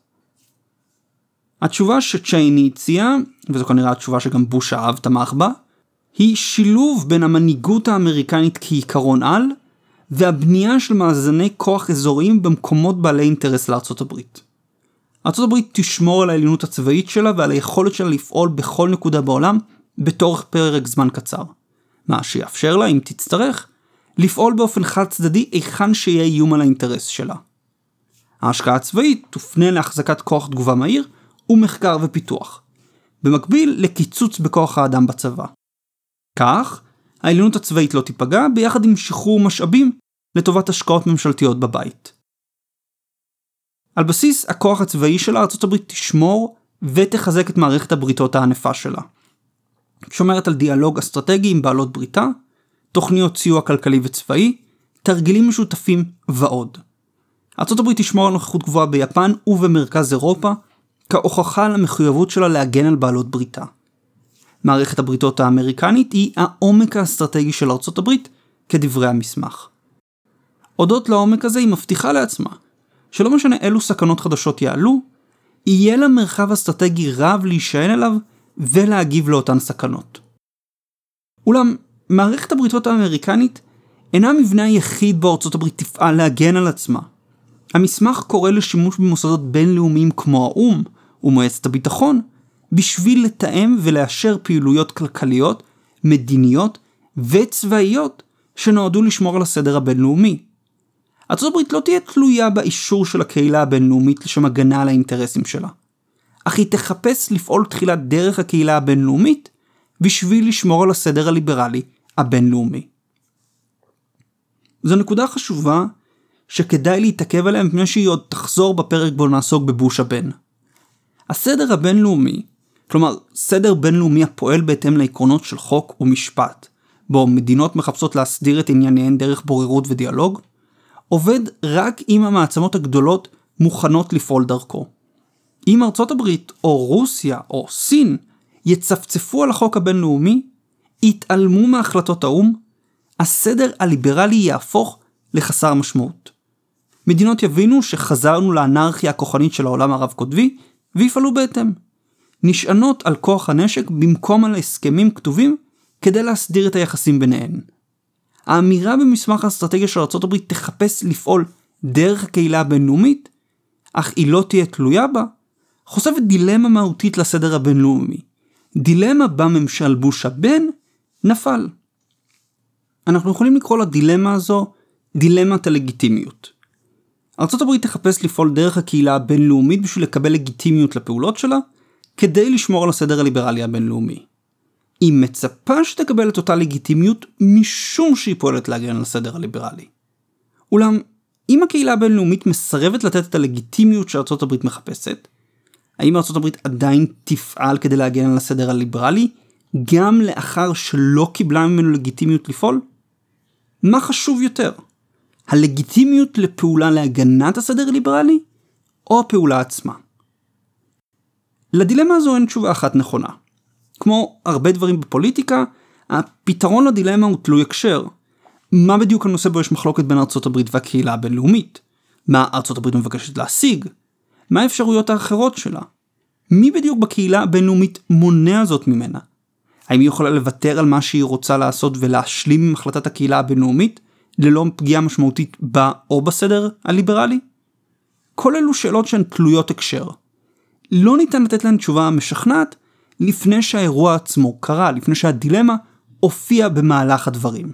A: התשובה שצ'ייני הציע, וזו כנראה התשובה שגם בוש האב תמך בה, היא שילוב בין המנהיגות האמריקנית כעיקרון על, והבנייה של מאזני כוח אזוריים במקומות בעלי אינטרס לארצות הברית. ארצות הברית תשמור על העליונות הצבאית שלה ועל היכולת שלה לפעול בכל נקודה בעולם בתוך פרק זמן קצר. מה שיאפשר לה, אם תצטרך, לפעול באופן חד צדדי היכן שיהיה איום על האינטרס שלה. ההשקעה הצבאית תופנה להחזקת כוח תגובה מהיר ומחקר ופיתוח, במקביל לקיצוץ בכוח האדם בצבא. כך, העליונות הצבאית לא תיפגע ביחד עם שחרור משאבים לטובת השקעות ממשלתיות בבית. על בסיס הכוח הצבאי שלה, ארצות הברית תשמור ותחזק את מערכת הבריתות הענפה שלה. שומרת על דיאלוג אסטרטגי עם בעלות בריתה, תוכניות סיוע כלכלי וצבאי, תרגילים משותפים ועוד. ארצות הברית תשמור על נוכחות גבוהה ביפן ובמרכז אירופה, כהוכחה למחויבות שלה להגן על בעלות בריתה. מערכת הבריתות האמריקנית היא העומק האסטרטגי של ארצות הברית, כדברי המסמך. הודות לעומק הזה היא מבטיחה לעצמה, שלא משנה אילו סכנות חדשות יעלו, יהיה לה מרחב אסטרטגי רב להישען אליו ולהגיב לאותן סכנות. אולם, מערכת הבריתות האמריקנית אינה המבנה היחיד בו ארצות הברית תפעל להגן על עצמה. המסמך קורא לשימוש במוסדות בינלאומיים כמו האו"ם ומועצת הביטחון, בשביל לתאם ולאשר פעילויות כלכליות, מדיניות וצבאיות שנועדו לשמור על הסדר הבינלאומי. ארצות הברית לא תהיה תלויה באישור של הקהילה הבינלאומית לשם הגנה על האינטרסים שלה, אך היא תחפש לפעול תחילת דרך הקהילה הבינלאומית בשביל לשמור על הסדר הליברלי הבינלאומי. זו נקודה חשובה שכדאי להתעכב עליה מפני שהיא עוד תחזור בפרק בו נעסוק בבוש הבן. הסדר הבינלאומי, כלומר סדר בינלאומי הפועל בהתאם לעקרונות של חוק ומשפט, בו מדינות מחפשות להסדיר את ענייניהן דרך בוררות ודיאלוג, עובד רק אם המעצמות הגדולות מוכנות לפעול דרכו. אם ארצות הברית או רוסיה או סין יצפצפו על החוק הבינלאומי, יתעלמו מהחלטות האו"ם, הסדר הליברלי יהפוך לחסר משמעות. מדינות יבינו שחזרנו לאנרכיה הכוחנית של העולם הרב קוטבי, ויפעלו בהתאם. נשענות על כוח הנשק במקום על הסכמים כתובים כדי להסדיר את היחסים ביניהן. האמירה במסמך האסטרטגיה של ארצות הברית תחפש לפעול דרך הקהילה הבינלאומית, אך היא לא תהיה תלויה בה, חושפת דילמה מהותית לסדר הבינלאומי. דילמה בה ממשל בוש הבן נפל. אנחנו יכולים לקרוא לדילמה הזו דילמת הלגיטימיות. ארצות הברית תחפש לפעול דרך הקהילה הבינלאומית בשביל לקבל לגיטימיות לפעולות שלה, כדי לשמור על הסדר הליברלי הבינלאומי. היא מצפה שתקבל את אותה לגיטימיות משום שהיא פועלת להגן על הסדר הליברלי. אולם, אם הקהילה הבינלאומית מסרבת לתת את הלגיטימיות שארצות הברית מחפשת, האם ארצות הברית עדיין תפעל כדי להגן על הסדר הליברלי, גם לאחר שלא קיבלה ממנו לגיטימיות לפעול? מה חשוב יותר? הלגיטימיות לפעולה להגנת הסדר הליברלי, או הפעולה עצמה? לדילמה הזו אין תשובה אחת נכונה. כמו הרבה דברים בפוליטיקה, הפתרון לדילמה הוא תלוי הקשר. מה בדיוק הנושא בו יש מחלוקת בין ארצות הברית והקהילה הבינלאומית? מה ארצות הברית מבקשת להשיג? מה האפשרויות האחרות שלה? מי בדיוק בקהילה הבינלאומית מונע זאת ממנה? האם היא יכולה לוותר על מה שהיא רוצה לעשות ולהשלים עם החלטת הקהילה הבינלאומית, ללא פגיעה משמעותית בה או בסדר הליברלי? כל אלו שאלות שהן תלויות הקשר. לא ניתן לתת להן תשובה משכנעת לפני שהאירוע עצמו קרה, לפני שהדילמה הופיע במהלך הדברים.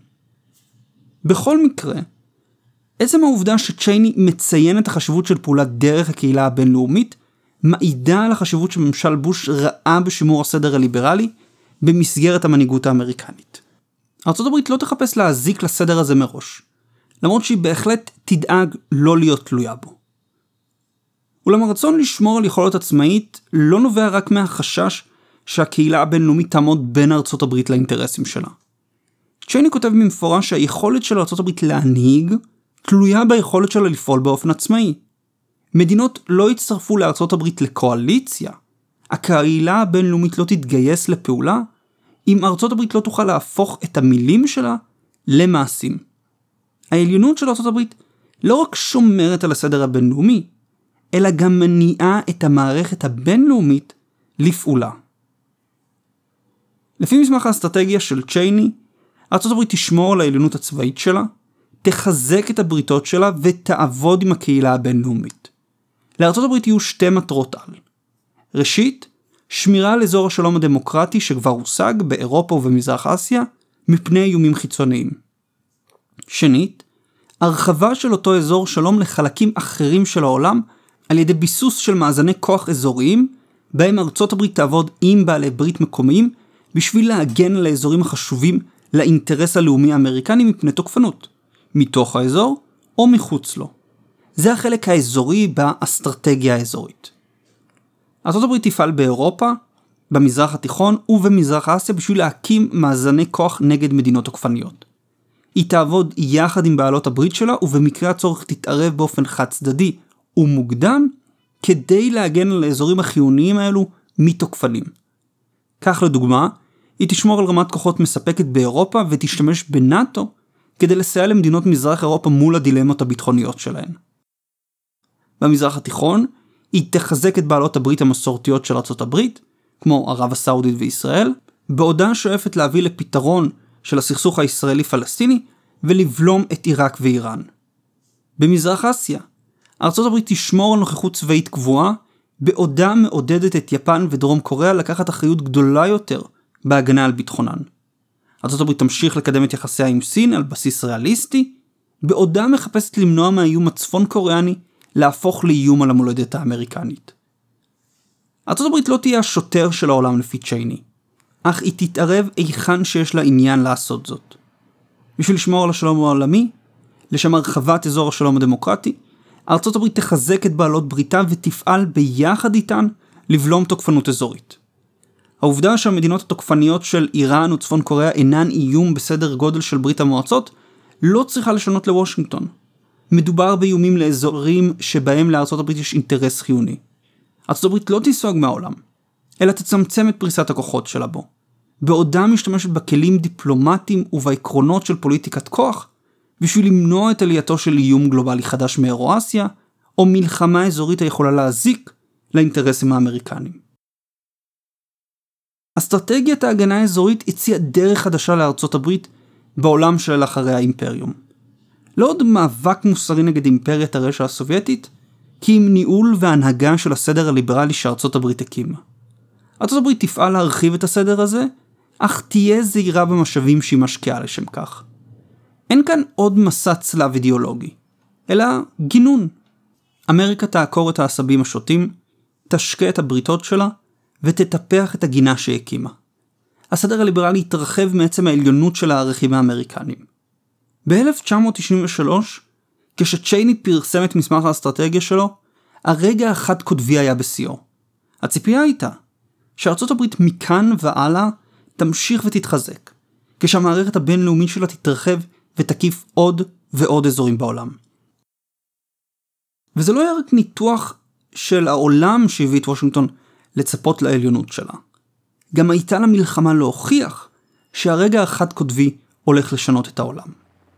A: בכל מקרה, עצם העובדה שצ'ייני מציין את החשיבות של פעולת דרך הקהילה הבינלאומית, מעידה על החשיבות שממשל בוש ראה בשימור הסדר הליברלי במסגרת המנהיגות האמריקנית. ארצות הברית לא תחפש להזיק לסדר הזה מראש. למרות שהיא בהחלט תדאג לא להיות תלויה בו. אולם הרצון לשמור על יכולת עצמאית לא נובע רק מהחשש שהקהילה הבינלאומית תעמוד בין ארצות הברית לאינטרסים שלה. צ'ייני כותב במפורש שהיכולת של ארצות הברית להנהיג תלויה ביכולת שלה לפעול באופן עצמאי. מדינות לא יצטרפו לארצות הברית לקואליציה. הקהילה הבינלאומית לא תתגייס לפעולה אם ארצות הברית לא תוכל להפוך את המילים שלה למעשים. העליונות של ארצות הברית לא רק שומרת על הסדר הבינלאומי, אלא גם מניעה את המערכת הבינלאומית לפעולה. לפי מסמך האסטרטגיה של צ'ייני, ארצות הברית תשמור על העליונות הצבאית שלה, תחזק את הבריתות שלה ותעבוד עם הקהילה הבינלאומית. לארצות הברית יהיו שתי מטרות על. ראשית, שמירה על אזור השלום הדמוקרטי שכבר הושג באירופה ובמזרח אסיה מפני איומים חיצוניים. שנית, הרחבה של אותו אזור שלום לחלקים אחרים של העולם על ידי ביסוס של מאזני כוח אזוריים בהם ארצות הברית תעבוד עם בעלי ברית מקומיים בשביל להגן על האזורים החשובים לאינטרס הלאומי האמריקני מפני תוקפנות, מתוך האזור או מחוץ לו. זה החלק האזורי באסטרטגיה האזורית. ארצות הברית תפעל באירופה, במזרח התיכון ובמזרח אסיה בשביל להקים מאזני כוח נגד מדינות תוקפניות. היא תעבוד יחד עם בעלות הברית שלה ובמקרה הצורך תתערב באופן חד צדדי ומוקדם כדי להגן על האזורים החיוניים האלו מתוקפנים. כך לדוגמה, היא תשמור על רמת כוחות מספקת באירופה ותשתמש בנאטו כדי לסייע למדינות מזרח אירופה מול הדילמות הביטחוניות שלהן. במזרח התיכון, היא תחזק את בעלות הברית המסורתיות של ארצות הברית, כמו ערב הסעודית וישראל, בעודה שואפת להביא לפתרון של הסכסוך הישראלי-פלסטיני ולבלום את עיראק ואיראן. במזרח אסיה, ארצות הברית תשמור על נוכחות צבאית קבועה, בעודה מעודדת את יפן ודרום קוריאה לקחת אחריות גדולה יותר בהגנה על ביטחונן. ארצות הברית תמשיך לקדם את יחסיה עם סין על בסיס ריאליסטי, בעודה מחפשת למנוע מהאיום הצפון קוריאני להפוך לאיום על המולדת האמריקנית. ארצות הברית לא תהיה השוטר של העולם לפי צ'ייני, אך היא תתערב איכן שיש לה עניין לעשות זאת. בשביל לשמור על השלום העולמי, לשם הרחבת אזור השלום הדמוקרטי, ארצות הברית תחזק את בעלות בריתה ותפעל ביחד איתן לבלום תוקפנות אזורית. העובדה שהמדינות התוקפניות של איראן וצפון קוריאה אינן איום בסדר גודל של ברית המועצות לא צריכה לשנות לוושינגטון. מדובר באיומים לאזורים שבהם לארצות הברית יש אינטרס חיוני. ארצות הברית לא תיסוג מהעולם, אלא תצמצם את פריסת הכוחות שלה בו. בעודה משתמשת בכלים דיפלומטיים ובעקרונות של פוליטיקת כוח, בשביל למנוע את עלייתו של איום גלובלי חדש מאירו-אסיה, או מלחמה אזורית היכולה להזיק לאינטרסים האמריקניים. אסטרטגיית ההגנה האזורית הציעה דרך חדשה לארצות הברית בעולם של אחרי האימפריום. לא עוד מאבק מוסרי נגד אימפריית הרשע הסובייטית, כי עם ניהול והנהגה של הסדר הליברלי שארצות הברית הקימה. ארצות הברית תפעל להרחיב את הסדר הזה, אך תהיה זהירה במשאבים שהיא משקיעה לשם כך. אין כאן עוד מסע צלב אידיאולוגי, אלא גינון. אמריקה תעקור את העשבים השוטים, תשקה את הבריתות שלה, ותטפח את הגינה שהקימה. הסדר הליברלי התרחב מעצם העליונות של הערכים האמריקניים. ב-1993, כשצ'ייני פרסם את מסמך האסטרטגיה שלו, הרגע החד קוטבי היה בשיאו. הציפייה הייתה שארצות הברית מכאן והלאה תמשיך ותתחזק, כשהמערכת הבינלאומית שלה תתרחב ותקיף עוד ועוד אזורים בעולם. וזה לא היה רק ניתוח של העולם שהביא את וושינגטון לצפות לעליונות שלה. גם הייתה לה מלחמה להוכיח שהרגע החד קוטבי הולך לשנות את העולם.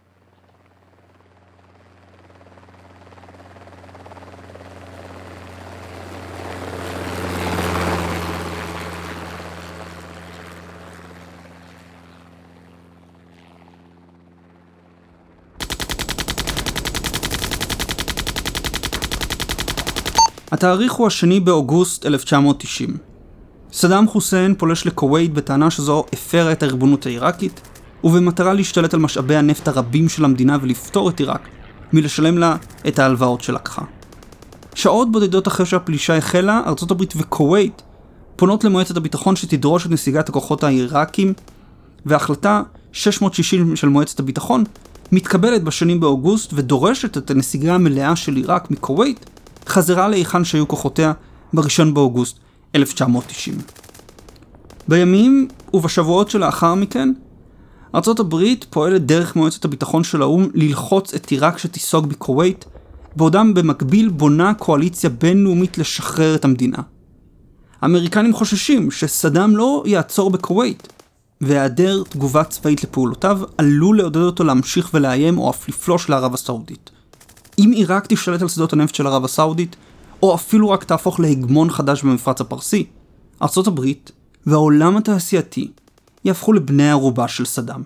A: התאריך הוא 2 באוגוסט 1990. סדאם חוסיין פולש לכווית בטענה שזו הפרה את הריבונות העיראקית, ובמטרה להשתלט על משאבי הנפט הרבים של המדינה ולפתור את עיראק מלשלם לה את ההלוואות שלקחה. שעות בודדות אחרי שהפלישה החלה, ארצות הברית וכווית פונות למועצת הביטחון שתדרוש את נסיגת הכוחות העיראקים, וההחלטה 660 של מועצת הביטחון מתקבלת בשנים באוגוסט ודורשת את הנסיגה המלאה של עיראק מכווית, חזרה להיכן שהיו כוחותיה ב1 באוגוסט 1990. בימים ובשבועות שלאחר מכן, ארצות הברית פועלת דרך מועצת הביטחון של האו"ם ללחוץ את עיראק שתיסוג מכווית, בעודם במקביל בונה קואליציה בינלאומית לשחרר את המדינה. האמריקנים חוששים שסדאם לא יעצור בכווית, והיעדר תגובה צבאית לפעולותיו עלול לעודד אותו להמשיך ולאיים או אף לפלוש לערב הסעודית. אם עיראק תשתלט על שדות הנפט של ערב הסעודית, או אפילו רק תהפוך להגמון חדש במפרץ הפרסי, ארצות הברית והעולם התעשייתי יהפכו לבני ערובה של סדאם.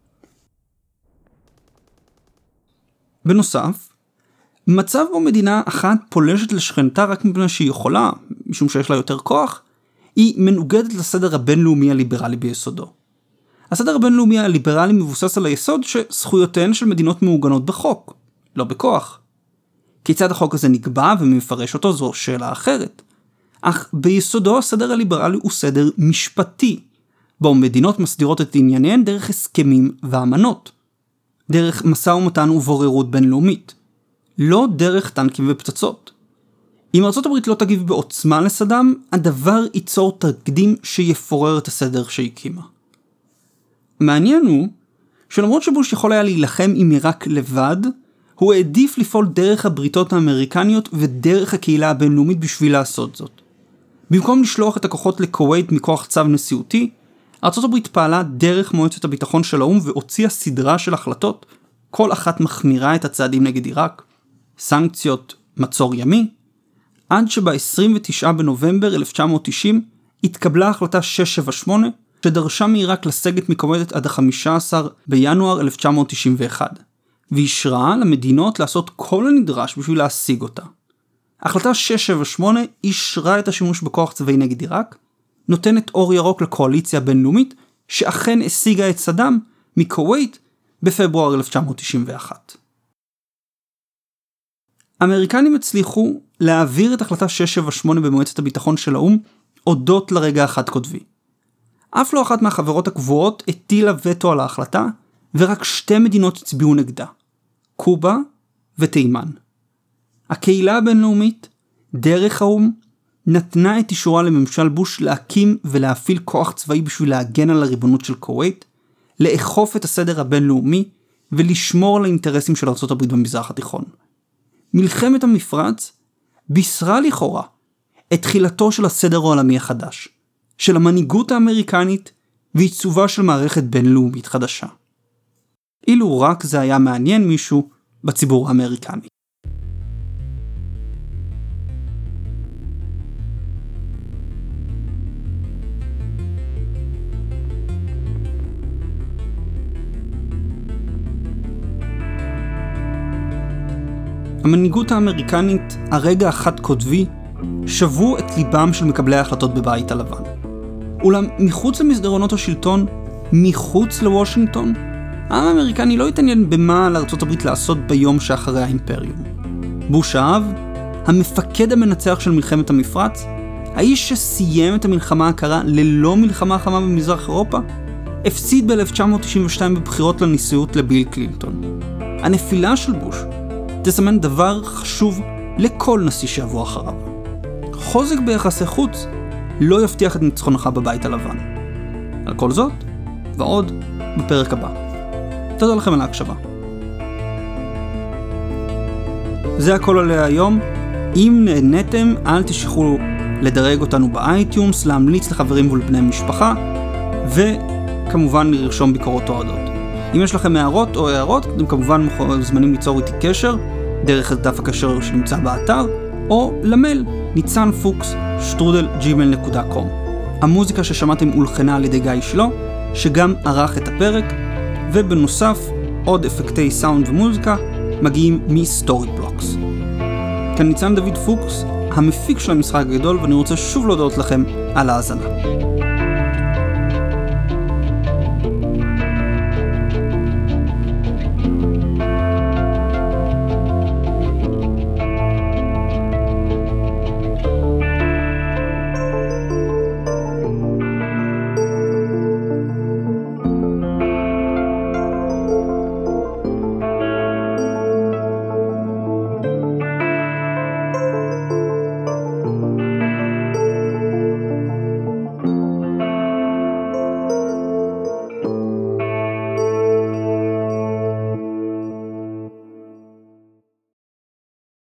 A: בנוסף, מצב בו מדינה אחת פולשת לשכנתה רק מפני שהיא יכולה, משום שיש לה יותר כוח, היא מנוגדת לסדר הבינלאומי הליברלי ביסודו. הסדר הבינלאומי הליברלי מבוסס על היסוד שזכויותיהן של מדינות מעוגנות בחוק, לא בכוח. כיצד החוק הזה נקבע ומפרש אותו זו שאלה אחרת. אך ביסודו הסדר הליברלי הוא סדר משפטי, בו מדינות מסדירות את ענייניהן דרך הסכמים ואמנות, דרך משא ומתן ובוררות בינלאומית, לא דרך טנקים ופצצות. אם ארצות הברית לא תגיב בעוצמה לסדאם, הדבר ייצור תקדים שיפורר את הסדר שהקימה. מעניין הוא שלמרות שבוש יכול היה להילחם עם עיראק לבד, הוא העדיף לפעול דרך הבריתות האמריקניות ודרך הקהילה הבינלאומית בשביל לעשות זאת. במקום לשלוח את הכוחות לכווית מכוח צו נשיאותי, ארצות הברית פעלה דרך מועצת הביטחון של האו"ם והוציאה סדרה של החלטות, כל אחת מחמירה את הצעדים נגד עיראק, סנקציות, מצור ימי, עד שב-29 בנובמבר 1990 התקבלה החלטה 678, שדרשה מעיראק לסגת מכווית עד ה-15 בינואר 1991, ואישרה למדינות לעשות כל הנדרש בשביל להשיג אותה. החלטה 678 אישרה את השימוש בכוח צבאי נגד עיראק, נותנת אור ירוק לקואליציה הבינלאומית שאכן השיגה את סדאם מכווית בפברואר 1991. האמריקנים הצליחו להעביר את החלטה 678 במועצת הביטחון של האו"ם הודות לרגע החד קוטבי. אף לא אחת מהחברות הקבועות הטילה וטו על ההחלטה, ורק 2 מדינות הצביעו נגדה, קובה ותימן. הקהילה הבינלאומית, דרך האו"ם, נתנה את אישורה לממשל בוש להקים ולהפעיל כוח צבאי בשביל להגן על הריבונות של כווית, לאכוף את הסדר הבינלאומי ולשמור על האינטרסים של ארצות הברית במזרח התיכון. מלחמת המפרץ בישרה לכאורה את תחילתו של הסדר העולמי החדש, של המנהיגות האמריקנית ועיצובה של מערכת בינלאומית חדשה. אילו רק זה היה מעניין מישהו בציבור האמריקני. המנהיגות האמריקנית, הרגע החד קוטבי, שבו את ליבם של מקבלי ההחלטות בבית הלבן. אולם מחוץ למסדרונות השלטון, מחוץ לוושינגטון, העם האמריקני לא התעניין במה על ארצות הברית לעשות ביום שאחרי האימפריום. בוש האב, המפקד המנצח של מלחמת המפרץ, האיש שסיים את המלחמה הקרה ללא מלחמה חמה במזרח אירופה, הפסיד ב-1992 בבחירות לנשיאות לביל קלינטון. הנפילה של בוש תסמן דבר חשוב לכל נשיא שיבוא אחריו. חוזק ביחסי חוץ לא יבטיח את ניצחונך בבית הלבן. על כל זאת, ועוד בפרק הבא. תודה לכם על ההקשבה. זה הכל עליה היום. אם נהניתם, אל תשכחו לדרג אותנו באייטיונס, להמליץ לחברים ולבני משפחה, וכמובן לרשום ביקורות אוהדות. אם יש לכם הערות או הערות, אתם כמובן מוזמנים ליצור איתי קשר, דרך דף הקשר שנמצא באתר, או למייל nicsanfuchs@gmail.com. המוזיקה ששמעתם הולחנה על ידי גיא שלו, שגם ערך את הפרק, ובנוסף עוד אפקטי סאונד ומוזיקה מגיעים מסטורי בלוקס. כאן ניצן דוד פוקס, המפיק של המשחק הגדול, ואני רוצה שוב להודות לכם על ההאזנה.